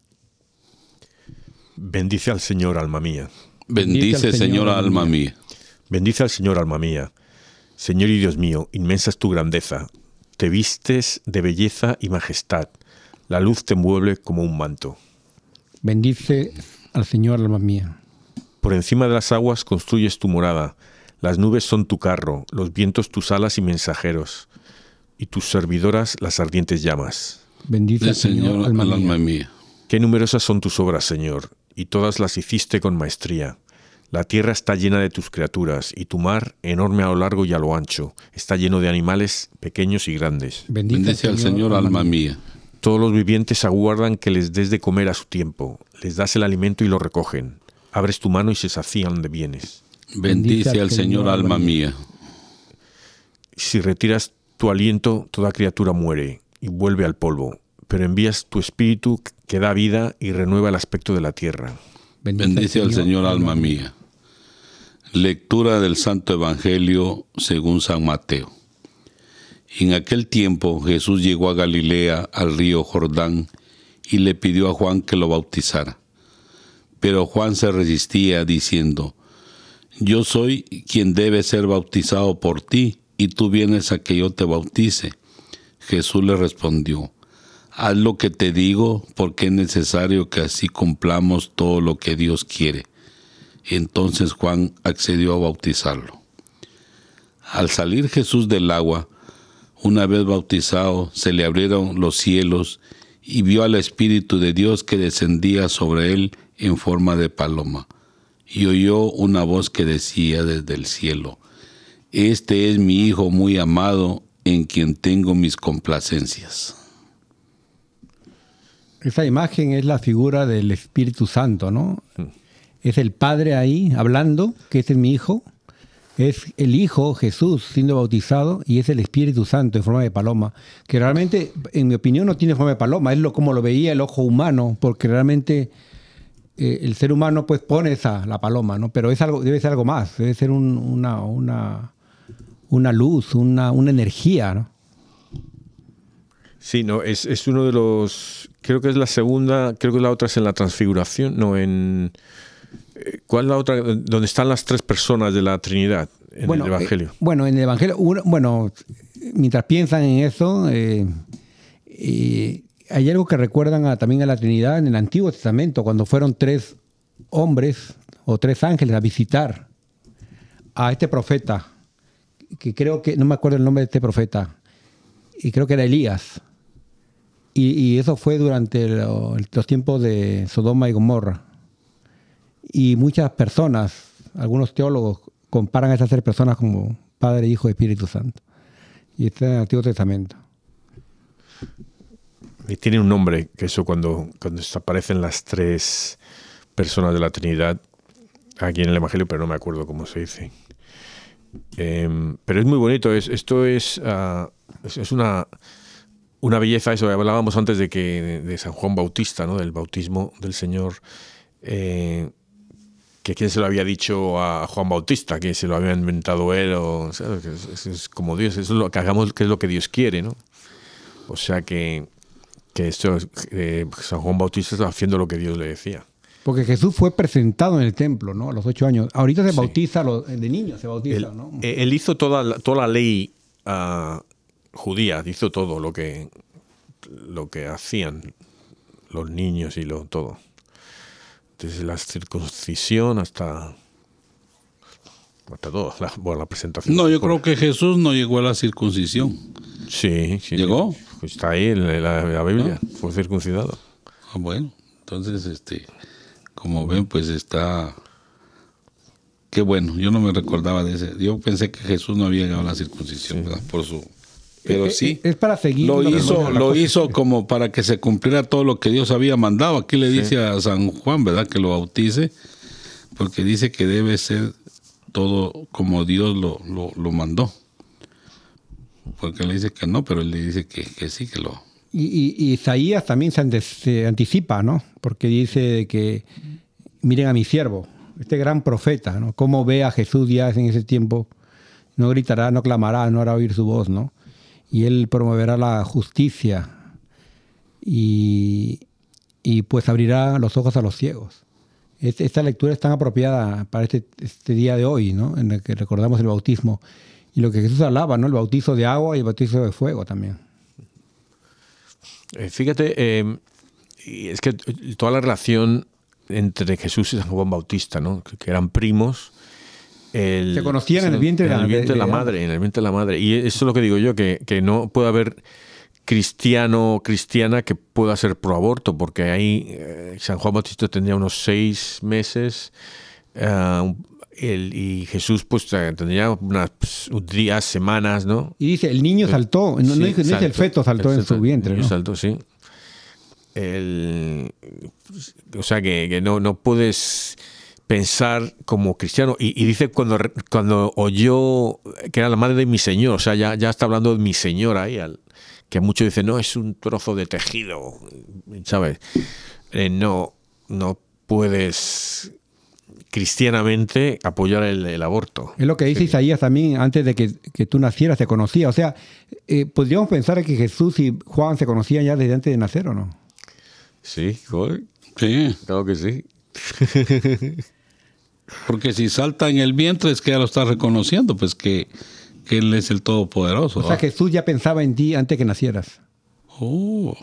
Bendice al Señor, alma mía. Bendice, Señor, alma mía. Bendice al Señor, alma mía. Señor y Dios mío, inmensa es tu grandeza. Te vistes de belleza y majestad. La luz te envuelve como un manto. Bendice al Señor, alma mía. Por encima de las aguas construyes tu morada. Las nubes son tu carro, los vientos tus alas y mensajeros, y tus servidoras las ardientes llamas. Bendice al Señor, alma mía. Qué numerosas son tus obras, Señor, y todas las hiciste con maestría. La tierra está llena de tus criaturas, y tu mar, enorme a lo largo y a lo ancho, está lleno de animales pequeños y grandes. Bendice al Señor, alma mía. Todos los vivientes aguardan que les des de comer a su tiempo. Les das el alimento y lo recogen. Abres tu mano y se sacían de bienes. Bendice al Señor, alma mía. Si retiras tu aliento, toda criatura muere y vuelve al polvo. Pero envías tu espíritu que da vida y renueva el aspecto de la tierra. Bendice al Señor, alma mía. Lectura del Santo Evangelio según San Mateo. En aquel tiempo Jesús llegó a Galilea, al río Jordán, y le pidió a Juan que lo bautizara. Pero Juan se resistía, diciendo: Yo soy quien debe ser bautizado por ti, y tú vienes a que yo te bautice. Jesús le respondió: Haz lo que te digo, porque es necesario que así cumplamos todo lo que Dios quiere. Entonces Juan accedió a bautizarlo. Al salir Jesús del agua, una vez bautizado, se le abrieron los cielos y vio al Espíritu de Dios que descendía sobre él en forma de paloma. Y oyó una voz que decía desde el cielo: Este es mi Hijo muy amado, en quien tengo mis complacencias. Esa imagen es la figura del Espíritu Santo, ¿no? Es el Padre ahí hablando, que ese es mi Hijo. Es el Hijo, Jesús, siendo bautizado, y es el Espíritu Santo en forma de paloma, que realmente, en mi opinión, no tiene forma de paloma, es como lo veía el ojo humano, porque realmente el ser humano pues pone la paloma, ¿no? Pero debe ser algo más, debe ser una luz, una energía, ¿no? Sí, no, es uno de los... Creo que es la segunda, creo que la otra es en la Transfiguración, no en... ¿Cuál es la otra? Donde están las tres personas de la Trinidad en el Evangelio. En el Evangelio, mientras piensan en eso, hay algo que recuerdan también a la Trinidad en el Antiguo Testamento, cuando fueron 3 hombres o 3 ángeles a visitar a este profeta, que creo que, no me acuerdo el nombre de este profeta, y creo que era Elías. Y eso fue durante los tiempos de Sodoma y Gomorra. Y muchas personas, algunos teólogos, comparan a esas 3 personas como Padre, Hijo y Espíritu Santo. Y está en el Antiguo Testamento. Y tiene un nombre, que eso cuando aparecen las 3 personas de la Trinidad, aquí en el Evangelio, pero no me acuerdo cómo se dice. Pero es muy bonito. Esto es una belleza, eso. Hablábamos antes de San Juan Bautista, ¿no? Del bautismo del Señor. Que quién se lo había dicho a Juan Bautista, que se lo había inventado él, es como Dios, eso es lo que hagamos, que es lo que Dios quiere, ¿no? O sea que esto, San Juan Bautista está haciendo lo que Dios le decía. Porque Jesús fue presentado en el templo, ¿no? A los 8 años. Ahorita se bautiza, de niños se bautiza, ¿no? Él hizo toda la ley judía, hizo todo lo que hacían los niños y todo. Desde la circuncisión hasta todo, la presentación. No, yo creo que Jesús no llegó a la circuncisión. Sí. ¿Llegó? Pues está ahí en la Biblia, fue circuncidado. Bueno, entonces, como ven, pues está... Qué bueno, yo no me recordaba de ese. Yo pensé que Jesús no había llegado a la circuncisión, ¿verdad? Por su... Pero sí, es para seguir. Lo hizo como para que se cumpliera todo lo que Dios había mandado. Aquí le dice a San Juan, ¿verdad?, que lo bautice, porque dice que debe ser todo como Dios lo mandó. Porque le dice que no, pero él le dice que sí, que lo... Y Isaías también se anticipa, ¿no? Porque dice que miren a mi siervo, este gran profeta, ¿no? Cómo ve a Jesús ya en ese tiempo. No gritará, no clamará, no hará oír su voz, ¿no? Y él promoverá la justicia y pues abrirá los ojos a los ciegos. Esta lectura es tan apropiada para este día de hoy, ¿no? En el que recordamos el bautismo y lo que Jesús hablaba, ¿no? El bautizo de agua y el bautizo de fuego también. Fíjate, es que toda la relación entre Jesús y San Juan Bautista, ¿no? Que eran primos. Se conocían en el vientre de la madre, en el vientre de la madre. Y eso es lo que digo yo, que no puede haber cristiano o cristiana que pueda ser pro aborto, porque ahí San Juan Bautista tendría unos 6 meses y Jesús pues tendría unas días, semanas, ¿no? Y dice, el niño saltó, no dice el feto saltó en su vientre, ¿no? Saltó, sí. O sea que no puedes pensar como cristiano. Y dice cuando oyó que era la madre de mi Señor, o sea, ya está hablando de mi Señor ahí, que muchos dicen, no, es un trozo de tejido, ¿sabes? No puedes cristianamente apoyar el aborto. Es lo que dice Isaías también, antes de que tú nacieras se conocía. O sea, podríamos pensar que Jesús y Juan se conocían ya desde antes de nacer, ¿o no? Sí, Sí. claro que sí. Porque si salta en el vientre es que ya lo está reconociendo, pues que Él es el Todopoderoso. O sea, Jesús ya pensaba en ti antes que nacieras. Oh.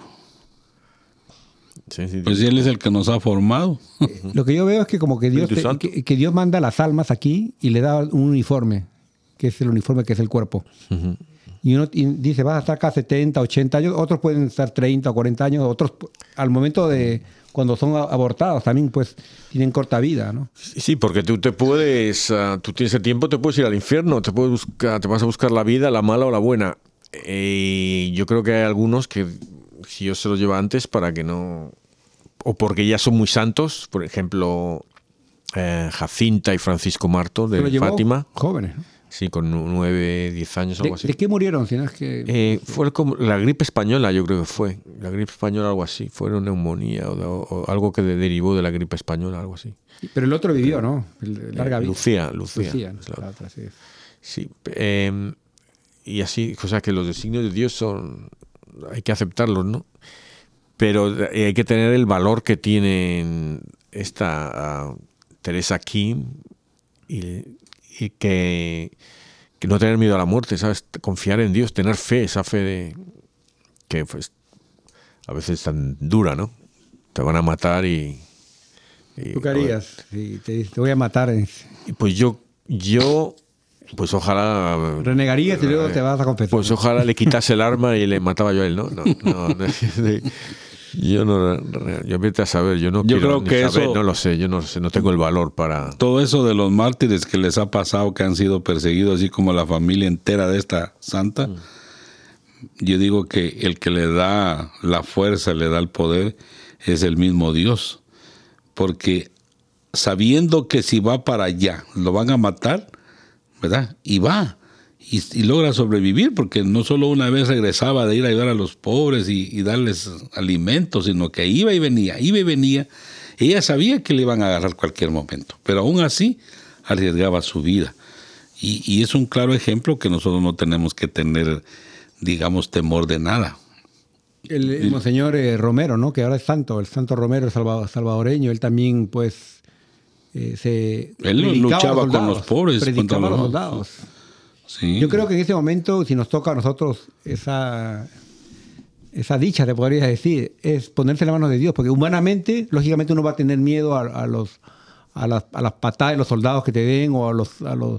Sí, Pues Él es el que nos ha formado. Lo que yo veo es que como que Dios, que Dios manda las almas aquí y le da un uniforme, que es el uniforme que es el cuerpo. Uh-huh. Y uno dice, vas a estar acá 70, 80 años, otros pueden estar 30 o 40 años, otros al momento de cuando son abortados también pues tienen corta vida, ¿no? Sí, porque tú tú tienes el tiempo, te puedes ir al infierno, te vas a buscar la vida, la mala o la buena. Yo creo que hay algunos que si Dios se los lleva antes para que no, o porque ya son muy santos, por ejemplo, Jacinta y Francisco Marto de Fátima. Jóvenes, ¿no? Sí, con 9, 10 años, algo así. ¿De qué murieron? Si no es que... Fue como la gripe española, yo creo que fue. La gripe española, algo así. Fue una neumonía o algo que derivó de la gripe española, algo así. Pero el otro vivió, ¿no? Larga vida. Lucía. ¿no? La otra, sí. Sí. Y así, o sea, que los designios de Dios hay que aceptarlos, ¿no? Pero hay que tener el valor que tienen esta Teresa Kim y que no tener miedo a la muerte, ¿sabes? Confiar en Dios, tener fe, esa fe que pues a veces es tan dura, ¿no? Te van a matar y ¿Tú qué harías? Si te voy a matar. Y pues yo pues ojalá... Renegarías y luego te vas a confesar. Pues ojalá le quitase el arma y le mataba yo a él, ¿no? Yo vete a saber, yo creo que saber, eso, no lo sé, yo no sé, no tengo el valor para... Todo eso de los mártires que les ha pasado, que han sido perseguidos, así como la familia entera de esta santa, yo digo que el que le da la fuerza, le da el poder, es el mismo Dios. Porque sabiendo que si va para allá, lo van a matar, ¿verdad? Y va. Y logra sobrevivir, porque no solo una vez regresaba de ir a ayudar a los pobres y darles alimentos, sino que iba y venía. Ella sabía que le iban a agarrar cualquier momento, pero aún así arriesgaba su vida. Y es un claro ejemplo que nosotros no tenemos que tener, digamos, temor de nada. El Monseñor Romero, ¿no? Que ahora es santo, el santo Romero salvadoreño, él también, pues, él luchaba con los pobres, predicaba a los soldados. Sí. Yo creo que en ese momento, si nos toca a nosotros esa dicha, te podría decir, es ponerse en la mano de Dios, porque humanamente, lógicamente, uno va a tener miedo a las patadas de los soldados que te den, o a los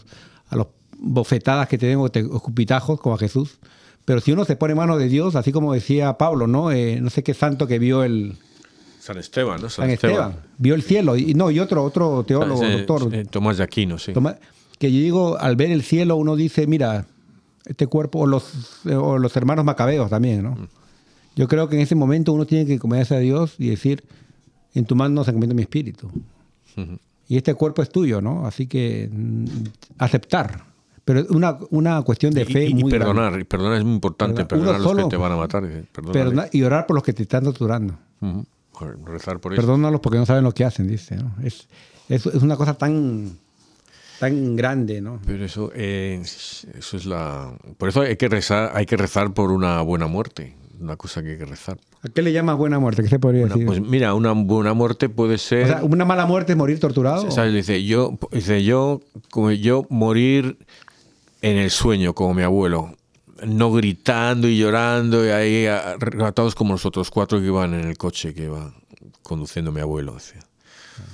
bofetadas que te den, o escupitajos, como a Jesús. Pero si uno se pone en manos de Dios, así como decía Pablo, ¿no? No sé qué santo que vio San Esteban, ¿no? San Esteban. Vio el cielo. Y otro teólogo, doctor. Tomás de Aquino, sí. Que yo digo, al ver el cielo, uno dice, mira, este cuerpo, o los hermanos macabeos también, ¿no? Yo creo que en ese momento uno tiene que encomendarse a Dios y decir, en tu mano se encomienda mi espíritu. Uh-huh. Y este cuerpo es tuyo, ¿no? Así que aceptar. Pero una cuestión de fe muy perdonar. grande. Y perdonar es muy importante. Perdonar a los que te van a matar. Perdonar y orar por los que te están torturando. Uh-huh. Rezar por eso. Perdónalos porque no saben lo que hacen, dice, ¿no? Es una cosa tan grande, ¿no? Pero eso es por eso hay que rezar por una buena muerte, una cosa que hay que rezar. ¿A qué le llamas buena muerte? ¿Qué se podría decir? Pues mira, una buena muerte puede ser... O sea, ¿una mala muerte es morir torturado? ¿Sabes? Dice yo morir en el sueño, como mi abuelo, no gritando y llorando, y ahí arrebatados como los otros 4 que iban en el coche que iba conduciendo mi abuelo, decía.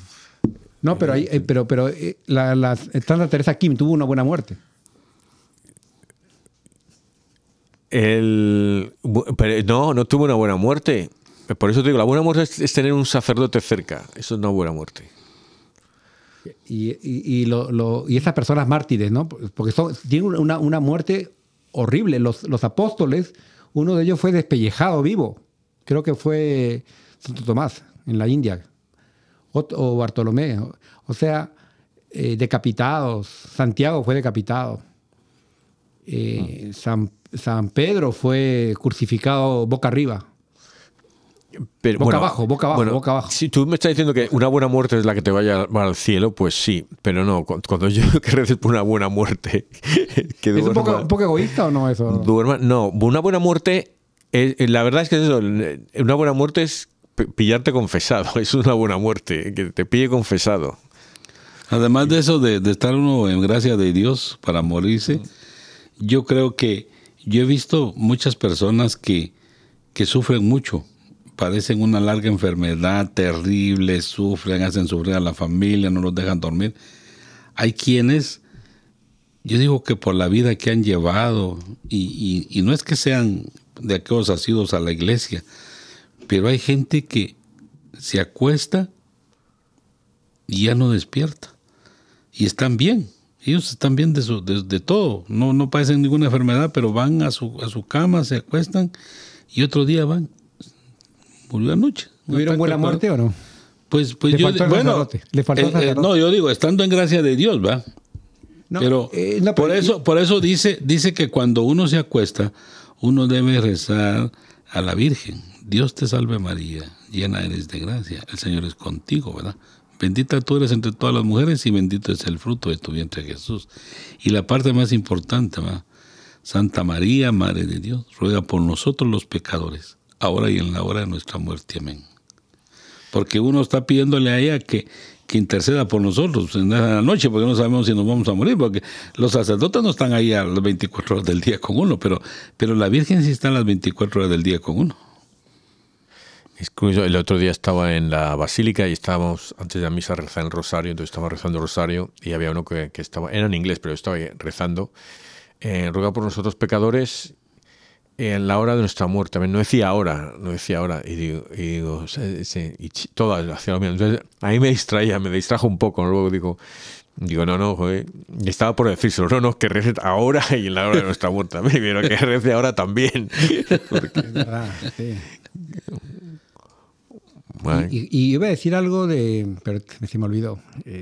No, pero la Santa Teresa Kim tuvo una buena muerte. No tuvo una buena muerte. Por eso te digo, la buena muerte es tener un sacerdote cerca. Eso es una buena muerte. Y esas personas mártires, ¿no? Porque tienen una muerte horrible. Los apóstoles, uno de ellos fue despellejado vivo. Creo que fue Santo Tomás, en la India. O Bartolomé. O sea, decapitados. Santiago fue decapitado. San Pedro fue crucificado boca arriba. Pero, boca abajo. Si tú me estás diciendo que una buena muerte es la que te vaya al cielo, pues sí, pero no, cuando yo que reces por una buena muerte... Que ¿Es un poco egoísta o no eso? No, una buena muerte, la verdad es que eso, una buena muerte es pillarte confesado, es una buena muerte, que te pille confesado. Además de eso, de estar uno en gracia de Dios para morirse, yo creo que yo he visto muchas personas que sufren mucho, padecen una larga enfermedad terrible, sufren, hacen sufrir a la familia, no los dejan dormir. Hay quienes, yo digo que por la vida que han llevado, y no es que sean de aquellos asiduos a la iglesia, pero hay gente que se acuesta y ya no despierta. Y están bien. Ellos están bien de todo. No padecen ninguna enfermedad, pero van a su cama, se acuestan y otro día van. Murió anoche. ¿Tuvieron buena muerte o no? Pues yo, bueno, no, yo digo, estando en gracia de Dios, ¿va? No, pero por eso dice que cuando uno se acuesta, uno debe rezar a la Virgen. Dios te salve María, llena eres de gracia, el Señor es contigo, ¿verdad? Bendita tú eres entre todas las mujeres y bendito es el fruto de tu vientre Jesús. Y la parte más importante, ¿va? Santa María, Madre de Dios, ruega por nosotros los pecadores, ahora y en la hora de nuestra muerte. Amén. Porque uno está pidiéndole a ella que interceda por nosotros en la noche, porque no sabemos si nos vamos a morir, porque los sacerdotes no están ahí a las 24 horas del día con uno, pero la Virgen sí está a las 24 horas del día con uno. Es curioso, el otro día estaba en la basílica y estábamos, antes de la misa, rezando el rosario, entonces estaba rezando el rosario y había uno que estaba, era en inglés, pero estaba rezando, ruega por nosotros pecadores en la hora de nuestra muerte. No decía ahora, y digo y todas hacia lo mismo. Entonces a mí me distrajo un poco, ¿no? Luego digo, no, joder, y estaba por decírselo, no, que rece ahora y en la hora de nuestra muerte también, pero que rece ahora también. Porque... Es verdad, sí. Bueno. Y iba a decir algo pero se me olvidó.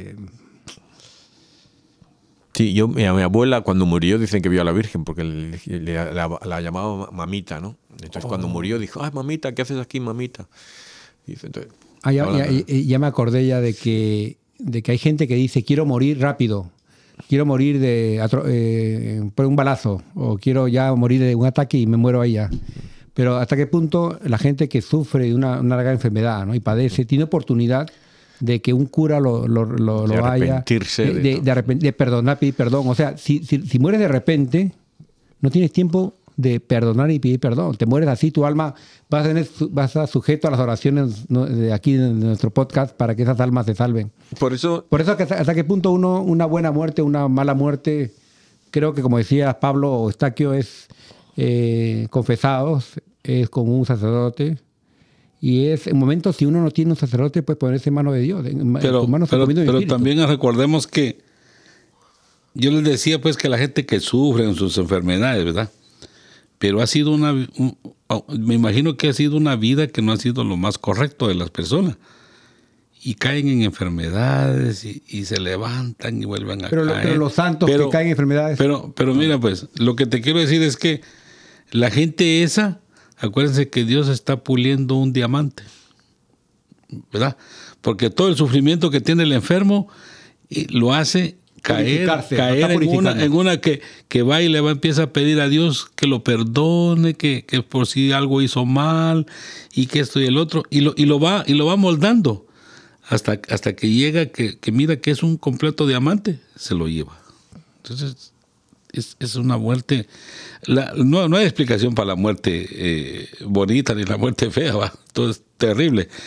Sí, mi abuela cuando murió dicen que vio a la Virgen porque la llamaba mamita, ¿no? Entonces cuando murió dijo, ay mamita, ¿qué haces aquí mamita? Y dice, entonces, ya me acordé ya de que hay gente que dice quiero morir rápido, quiero morir por un balazo, o quiero ya morir de un ataque y me muero ahí ya. Pero ¿hasta qué punto la gente que sufre de una larga enfermedad, ¿no? Y padece, tiene oportunidad de que un cura lo haya, de perdonar, pedir perdón? O sea, si mueres de repente, no tienes tiempo de perdonar y pedir perdón. Te mueres así, tu alma vas a estar sujeto a las oraciones de aquí de nuestro podcast para que esas almas se salven. Por eso hasta qué punto una buena muerte, una mala muerte, creo que como decía Pablo o Eustaquio, es confesados, es con un sacerdote. Y es en momentos, si uno no tiene un sacerdote, pues ponerse en manos de Dios. Pero también recordemos que yo les decía pues que la gente que sufre en sus enfermedades, ¿verdad? Pero ha sido me imagino que ha sido una vida que no ha sido lo más correcto de las personas. Y caen en enfermedades y se levantan y vuelven a caer. Pero los santos que caen en enfermedades... Pero mira pues, lo que te quiero decir es que la gente esa... Acuérdense que Dios está puliendo un diamante, ¿verdad? Porque todo el sufrimiento que tiene el enfermo lo hace caer en una que va y empieza a pedir a Dios que lo perdone, que por si algo hizo mal y que esto y el otro, y lo va moldando hasta que llega que mira que es un completo diamante, se lo lleva. Entonces es una muerte. No hay explicación para la muerte bonita ni la muerte fea, ¿va? Todo es terrible.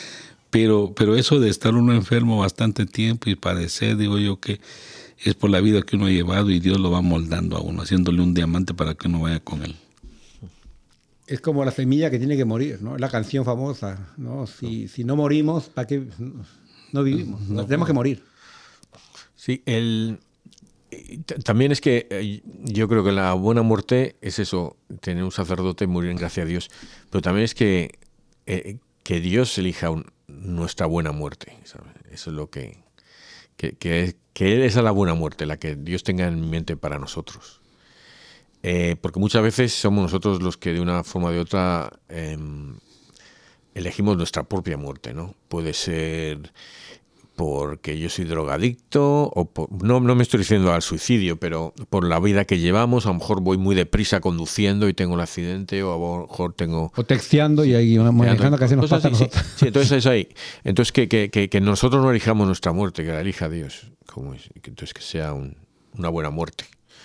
Pero eso de estar uno enfermo bastante tiempo y padecer, digo yo que es por la vida que uno ha llevado y Dios lo va moldando a uno, haciéndole un diamante para que uno vaya con él. Es como la semilla que tiene que morir, ¿no? Es la canción famosa, ¿no? Si no morimos, ¿para qué no vivimos? Tenemos que morir. Sí, también es que yo creo que la buena muerte es eso, tener un sacerdote y morir en gracia a Dios. Pero también es que Dios elija nuestra buena muerte, ¿sabes? Eso es lo que esa es la buena muerte, la que Dios tenga en mente para nosotros. Porque muchas veces somos nosotros los que de una forma o de otra elegimos nuestra propia muerte, ¿no? Puede ser porque yo soy drogadicto, no me estoy diciendo al suicidio, pero por la vida que llevamos, a lo mejor voy muy deprisa conduciendo y tengo un accidente, o a lo mejor tengo... O texteando y ahí manejando, casi nos pasa a nosotros. Sí, entonces es ahí. Entonces que nosotros no elijamos nuestra muerte, que la elija Dios, como es, entonces que sea una buena muerte.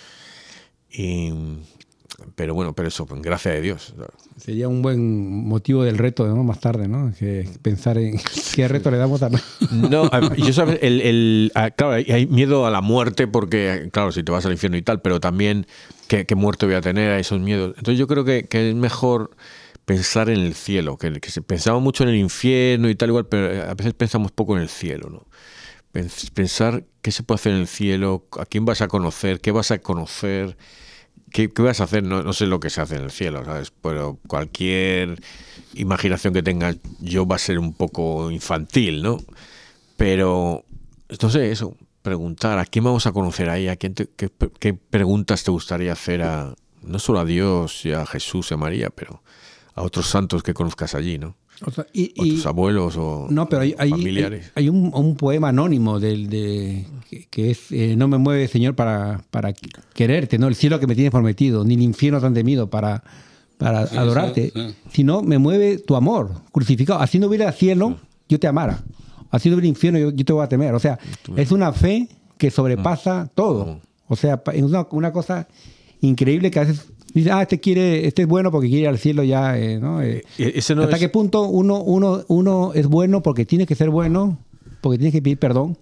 Pero bueno, pero eso, en gracia de Dios. Sería un buen motivo del reto, ¿no? Más tarde, ¿no? Que pensar en qué reto le damos a... No, yo sabes, claro, hay miedo a la muerte porque, claro, si te vas al infierno y tal, pero también qué muerte voy a tener, a esos miedos. Entonces yo creo que es mejor pensar en el cielo, que pensamos mucho en el infierno y tal igual, pero a veces pensamos poco en el cielo, ¿no? Pensar qué se puede hacer en el cielo, a quién vas a conocer, qué vas a conocer... ¿Qué vas a hacer? No sé lo que se hace en el cielo, ¿sabes? Pero cualquier imaginación que tengas yo va a ser un poco infantil, ¿no? Pero, no sé, eso, preguntar, ¿a quién vamos a conocer ahí? ¿Qué preguntas te gustaría hacer no solo a Dios y a Jesús y a María, pero a otros santos que conozcas allí, ¿no? O sea, o tus abuelos o familiares. Hay un poema anónimo que es no me mueve, Señor, para quererte, ¿no? El cielo que me tienes prometido, ni el infierno tan temido para adorarte, sí. Sino me mueve tu amor crucificado. Haciendo hubiera al cielo, yo te amara. Haciendo hubiera el infierno, yo te voy a temer. O sea, es una fe que sobrepasa todo. O sea, es una cosa increíble que a veces dice, este es bueno porque quiere ir al cielo ya, ¿no? ¿Hasta qué punto uno es bueno porque tiene que ser bueno, porque tiene que pedir perdón?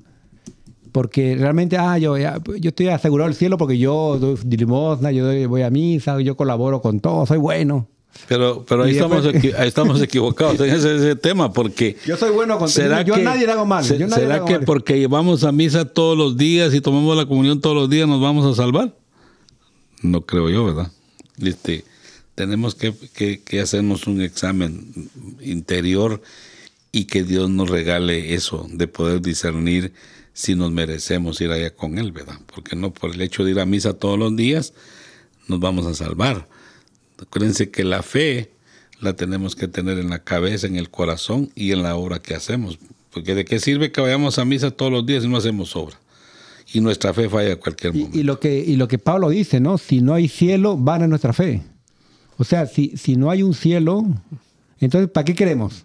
Porque realmente, yo estoy asegurado del cielo porque yo doy limosna, voy a misa, yo colaboro con todo, soy bueno. Pero ahí estamos equivocados en ese tema, porque... Yo soy bueno con todo, a nadie le hago mal. ¿Será que porque vamos a misa todos los días y tomamos la comunión todos los días nos vamos a salvar? No creo yo, ¿verdad? Tenemos que hacernos un examen interior y que Dios nos regale eso, de poder discernir si nos merecemos ir allá con Él, ¿verdad? Porque no por el hecho de ir a misa todos los días nos vamos a salvar. Acuérdense que la fe la tenemos que tener en la cabeza, en el corazón y en la obra que hacemos. Porque ¿de qué sirve que vayamos a misa todos los días si no hacemos obra? Y nuestra fe falla a cualquier momento. Y lo que Pablo dice, ¿no? Si no hay cielo, vana es nuestra fe. O sea, si no hay un cielo, entonces ¿para qué queremos?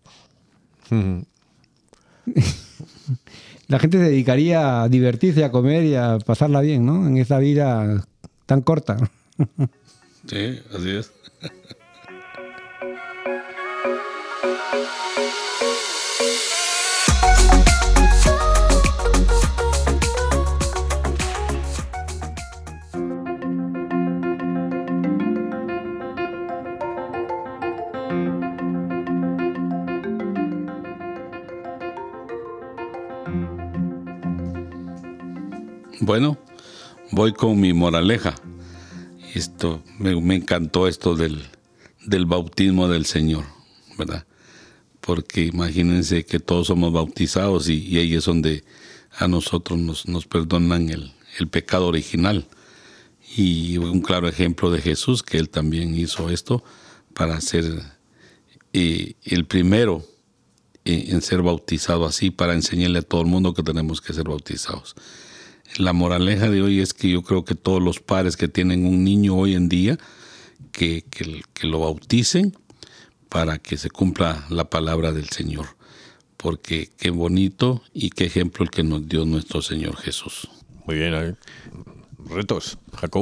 La gente se dedicaría a divertirse, a comer y a pasarla bien, ¿no? En esa vida tan corta. Sí, así es. Bueno, voy con mi moraleja. Esto me encantó esto del bautismo del Señor, ¿verdad? Porque imagínense que todos somos bautizados y ahí es donde a nosotros nos perdonan el pecado original. Y un claro ejemplo de Jesús, que Él también hizo esto para ser el primero en ser bautizado así, para enseñarle a todo el mundo que tenemos que ser bautizados. La moraleja de hoy es que yo creo que todos los padres que tienen un niño hoy en día, que lo bauticen para que se cumpla la palabra del Señor. Porque qué bonito y qué ejemplo el que nos dio nuestro Señor Jesús. Muy bien, retos, Jacobo.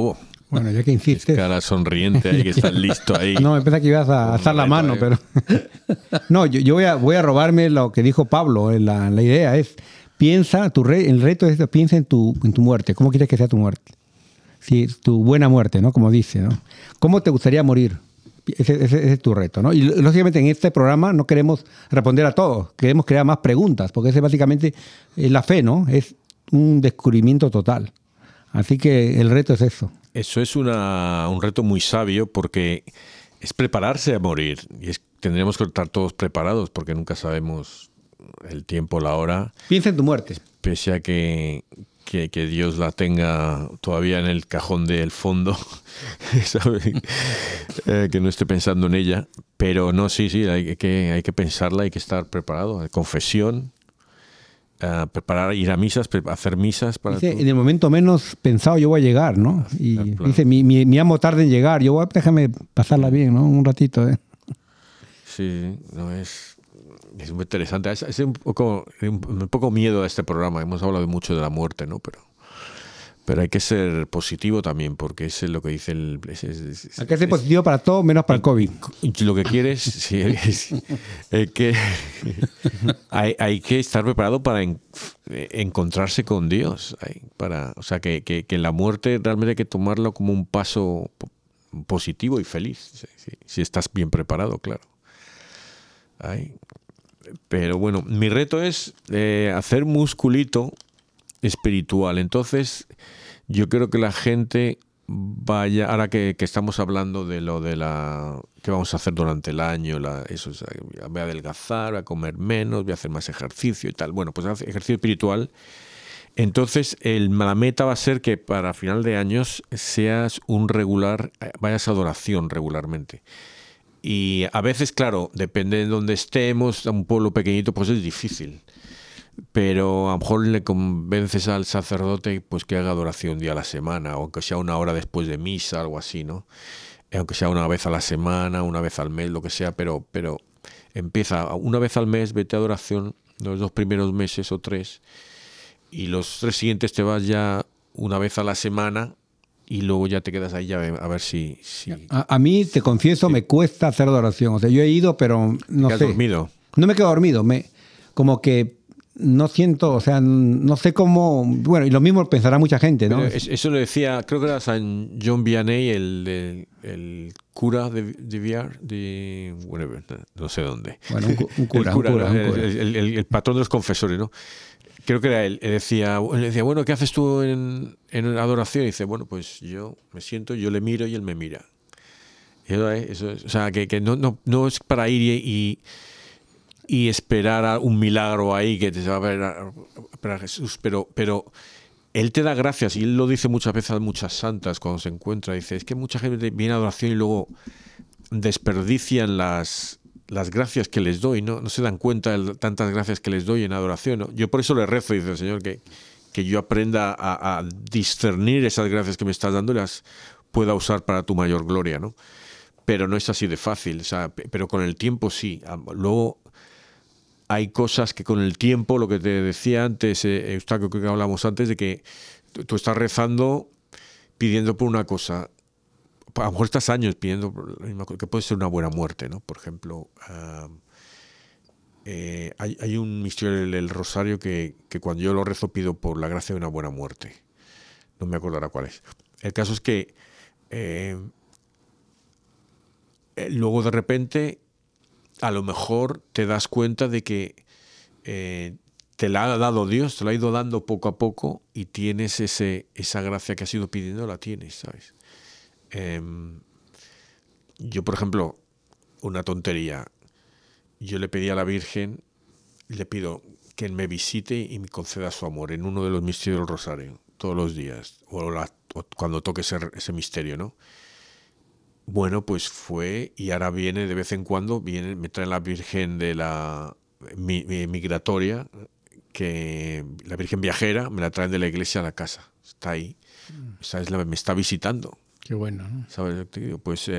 Bueno, ya que insistes. Cara sonriente, hay que estar listo ahí. No, me pensaba que ibas a alzar la mano, pero... No, yo voy a robarme lo que dijo Pablo. La idea es, piensa, el reto es piensa en tu muerte. ¿Cómo quieres que sea tu muerte? Sí, tu buena muerte, ¿no? Como dice, ¿no? ¿Cómo te gustaría morir? Ese es tu reto, ¿no? Y lógicamente en este programa no queremos responder a todo, queremos crear más preguntas, porque ese básicamente es la fe, ¿no? Es un descubrimiento total. Así que el reto es eso. Eso es un reto muy sabio porque es prepararse a morir. Y tendremos que estar todos preparados porque nunca sabemos el tiempo, la hora. Piensa en tu muerte. Pese a que Dios la tenga todavía en el cajón del fondo, ¿sabe? Que no esté pensando en ella. Pero no, sí, hay que pensarla, hay que estar preparado. Confesión, preparar, ir a misas, hacer misas. Dice, en el momento menos pensado yo voy a llegar, ¿no? Y claro. Dice, mi amo tarde en llegar, déjame pasarla bien, ¿no? Un ratito, ¿eh? Sí, no es muy interesante. Es un poco miedo a este programa. Hemos hablado mucho de la muerte, ¿no? Pero hay que ser positivo también, porque eso es lo que dice hay que ser positivo para todo, menos para el COVID. Lo que quieres, sí, que hay que estar preparado para encontrarse con Dios. O sea, que la muerte realmente hay que tomarlo como un paso positivo y feliz, si estás bien preparado, claro. Pero bueno, mi reto es hacer musculito espiritual. Entonces, yo creo que la gente vaya, ahora que estamos hablando de lo de que vamos a hacer durante el año, voy a adelgazar, voy a comer menos, voy a hacer más ejercicio y tal. Bueno, pues ejercicio espiritual. Entonces, la meta va a ser que para final de años vayas a adoración regularmente. Y a veces, claro, depende de dónde estemos, un pueblo pequeñito, pues es difícil. Pero a lo mejor le convences al sacerdote pues que haga adoración un día a la semana, o aunque sea una hora después de misa, algo así, ¿no? Aunque sea una vez a la semana, una vez al mes, lo que sea, pero empieza una vez al mes, vete a adoración los 2 primeros meses o 3, y los 3 siguientes te vas ya una vez a la semana, y luego ya te quedas ahí ya a ver si... A mí, te confieso, me cuesta hacer adoración. O sea, yo he ido, pero no sé. ¿Has dormido? No me quedo dormido. Como que no siento, o sea, no sé cómo... Bueno, y lo mismo pensará mucha gente, ¿no? Pero eso lo decía, creo que era San John Vianney, el cura de Viar, whatever, no sé dónde. Bueno, un cura. El patrón de los confesores, ¿no? Creo que era él. Él decía, bueno, ¿qué haces tú en adoración? Y dice, bueno, pues yo me siento, yo le miro y él me mira. Eso es, o sea, que no es para ir y esperar a un milagro ahí que te va a ver a Jesús, pero él te da gracias, y él lo dice muchas veces a muchas santas cuando se encuentra. Dice, es que mucha gente viene a adoración y luego desperdician las gracias que les doy, no se dan cuenta de tantas gracias que les doy en adoración, ¿no? Yo por eso le rezo, dice el Señor, que yo aprenda a discernir esas gracias que me estás dando y las pueda usar para tu mayor gloria, ¿no? Pero no es así de fácil, o sea, pero con el tiempo sí. Luego hay cosas que con el tiempo, lo que te decía antes, Eustaquio, que hablamos antes, de que tú estás rezando pidiendo por una cosa. A lo mejor estás años pidiendo que puede ser una buena muerte, ¿no? Por ejemplo, hay un misterio del Rosario que cuando yo lo rezo pido por la gracia de una buena muerte. No me acuerdo ahora cuál es. El caso es que luego de repente a lo mejor te das cuenta de que te la ha dado Dios, te la ha ido dando poco a poco, y tienes esa gracia que has ido pidiendo, la tienes, ¿sabes? Yo, por ejemplo, una tontería, yo le pedí a la Virgen, le pido que me visite y me conceda su amor en uno de los misterios del Rosario, todos los días, o cuando toque ese misterio, ¿no? Bueno, pues fue, y ahora viene de vez en cuando, me trae la Virgen de la migratoria, que la Virgen viajera, me la traen de la iglesia a la casa, está ahí, me está visitando. Qué bueno, ¿no? ¿Sabes? Pues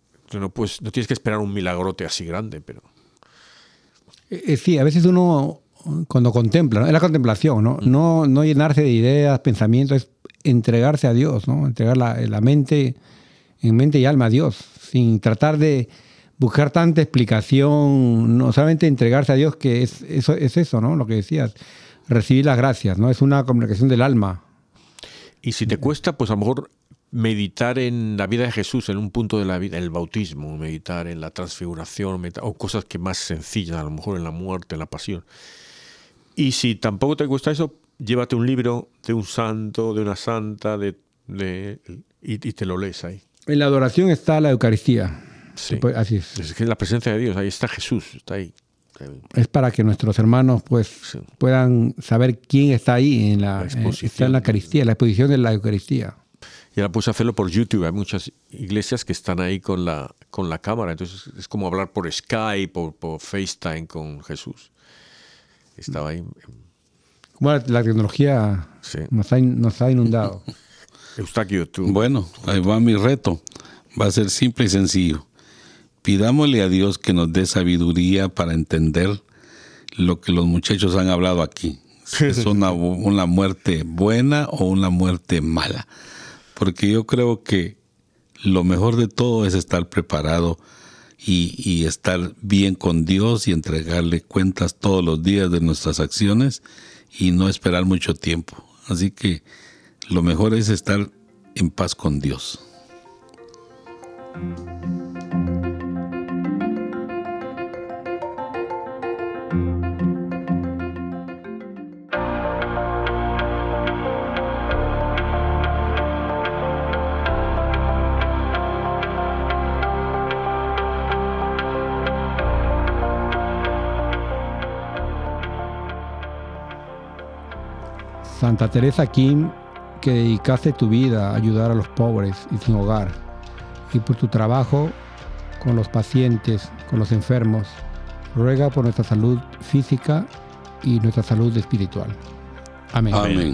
no tienes que esperar un milagrote así grande, pero... Sí, a veces uno contempla, ¿no? Es la contemplación, ¿no? No llenarse de ideas, pensamientos, es entregarse a Dios, ¿no? Entregar la mente, en mente y alma a Dios, sin tratar de buscar tanta explicación, no solamente entregarse a Dios, que es eso, ¿no? Lo que decías, recibir las gracias, ¿no? Es una comunicación del alma. Y si te cuesta, pues a lo mejor meditar en la vida de Jesús, en un punto de la vida, el bautismo, meditar en la transfiguración, o cosas que más sencillas, a lo mejor en la muerte, en la pasión. Y si tampoco te cuesta eso, llévate un libro de un santo, de una santa, y te lo lees ahí. En la adoración está la Eucaristía. Sí. Así es. Es que la presencia de Dios, ahí está Jesús, está ahí. Es para que nuestros hermanos puedan saber quién está ahí está en la Eucaristía, la exposición de la Eucaristía. Y ahora puedes hacerlo por YouTube. Hay muchas iglesias que están ahí con la cámara. Entonces es como hablar por Skype o por FaceTime con Jesús. Estaba ahí. Bueno, la tecnología nos ha inundado. Eustaquio, tú. Bueno, ahí va mi reto. Va a ser simple y sencillo. Pidámosle a Dios que nos dé sabiduría para entender lo que los muchachos han hablado aquí. Si es una muerte buena o una muerte mala. Porque yo creo que lo mejor de todo es estar preparado y estar bien con Dios y entregarle cuentas todos los días de nuestras acciones y no esperar mucho tiempo. Así que lo mejor es estar en paz con Dios. Santa Teresa Kim, que dedicaste tu vida a ayudar a los pobres y sin hogar, y por tu trabajo con los pacientes, con los enfermos, ruega por nuestra salud física y nuestra salud espiritual. Amén. Amén.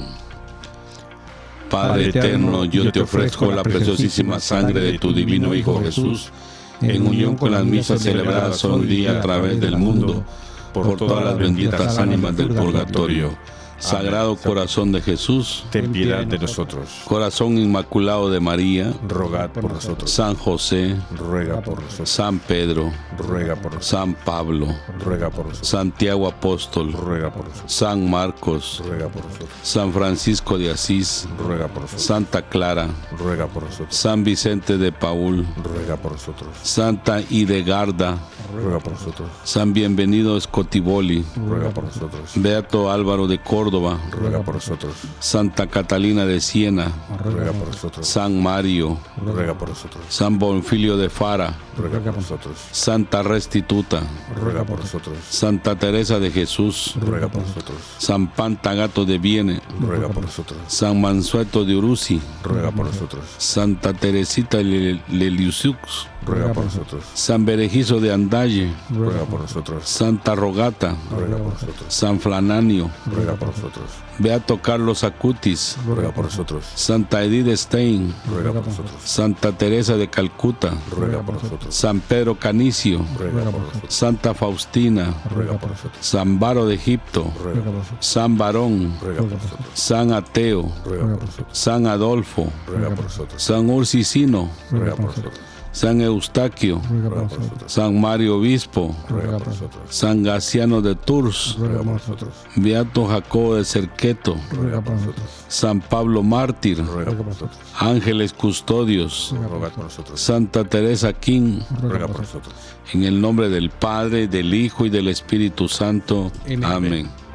Padre eterno, yo te ofrezco la preciosísima sangre de tu divino Hijo Jesús, en unión con las misas celebradas hoy día a través del mundo, por todas las benditas ánimas del purgatorio. Sagrado Corazón de Jesús, ten piedad de nosotros. Corazón Inmaculado de María, rogad por nosotros. San José, ruega por nosotros. San Pedro, ruega por nosotros. San Pablo, ruega por nosotros. Santiago Apóstol, ruega por nosotros. San Marcos, ruega por nosotros. San Francisco de Asís, ruega por nosotros. Santa Clara, ruega por nosotros. San Vicente de Paúl, ruega por nosotros. Santa Hidegarda, ruega por nosotros. San Bienvenido Scotiboli, ruega por nosotros. Beato Álvaro de Córdoba, ruega por nosotros. Santa Catalina de Siena, ruega por nosotros. San Mario, ruega por nosotros. San Bonfilio de Fara, ruega por nosotros. Santa Restituta, ruega por nosotros. Santa Teresa de Jesús, ruega por nosotros. San Pantagato de Viene, ruega por nosotros. San Mansueto de Uruzi, ruega por nosotros. Santa Teresita Leliusux, ruega por nosotros. San Berejizo de Andalle, ruega por nosotros. Santa Rogata, ruega por nosotros. San Flananio, ruega por nosotros. Beato Carlos Acutis, ruega por nosotros. Santa Edith Stein, ruega por nosotros. Santa Teresa de Calcuta, ruega por nosotros. San Pedro Canicio, ruega por nosotros. Santa Faustina, ruega por nosotros. San Baro de Egipto, ruega por nosotros. San Barón, ruega por nosotros. San Ateo, ruega por nosotros. San Adolfo, ruega por nosotros. San Ursicino, ruega por nosotros. San Eustaquio, ruega por nosotros. San Mario Obispo, ruega por nosotros. San Gaciano de Tours, ruega por nosotros. Beato Jacobo de Cerqueto, ruega por nosotros. San Pablo Mártir, ruega por nosotros. Ángeles Custodios, ruega por nosotros. Santa Teresa King, ruega por nosotros. en el nombre del Padre, del Hijo y del Espíritu Santo. Amén.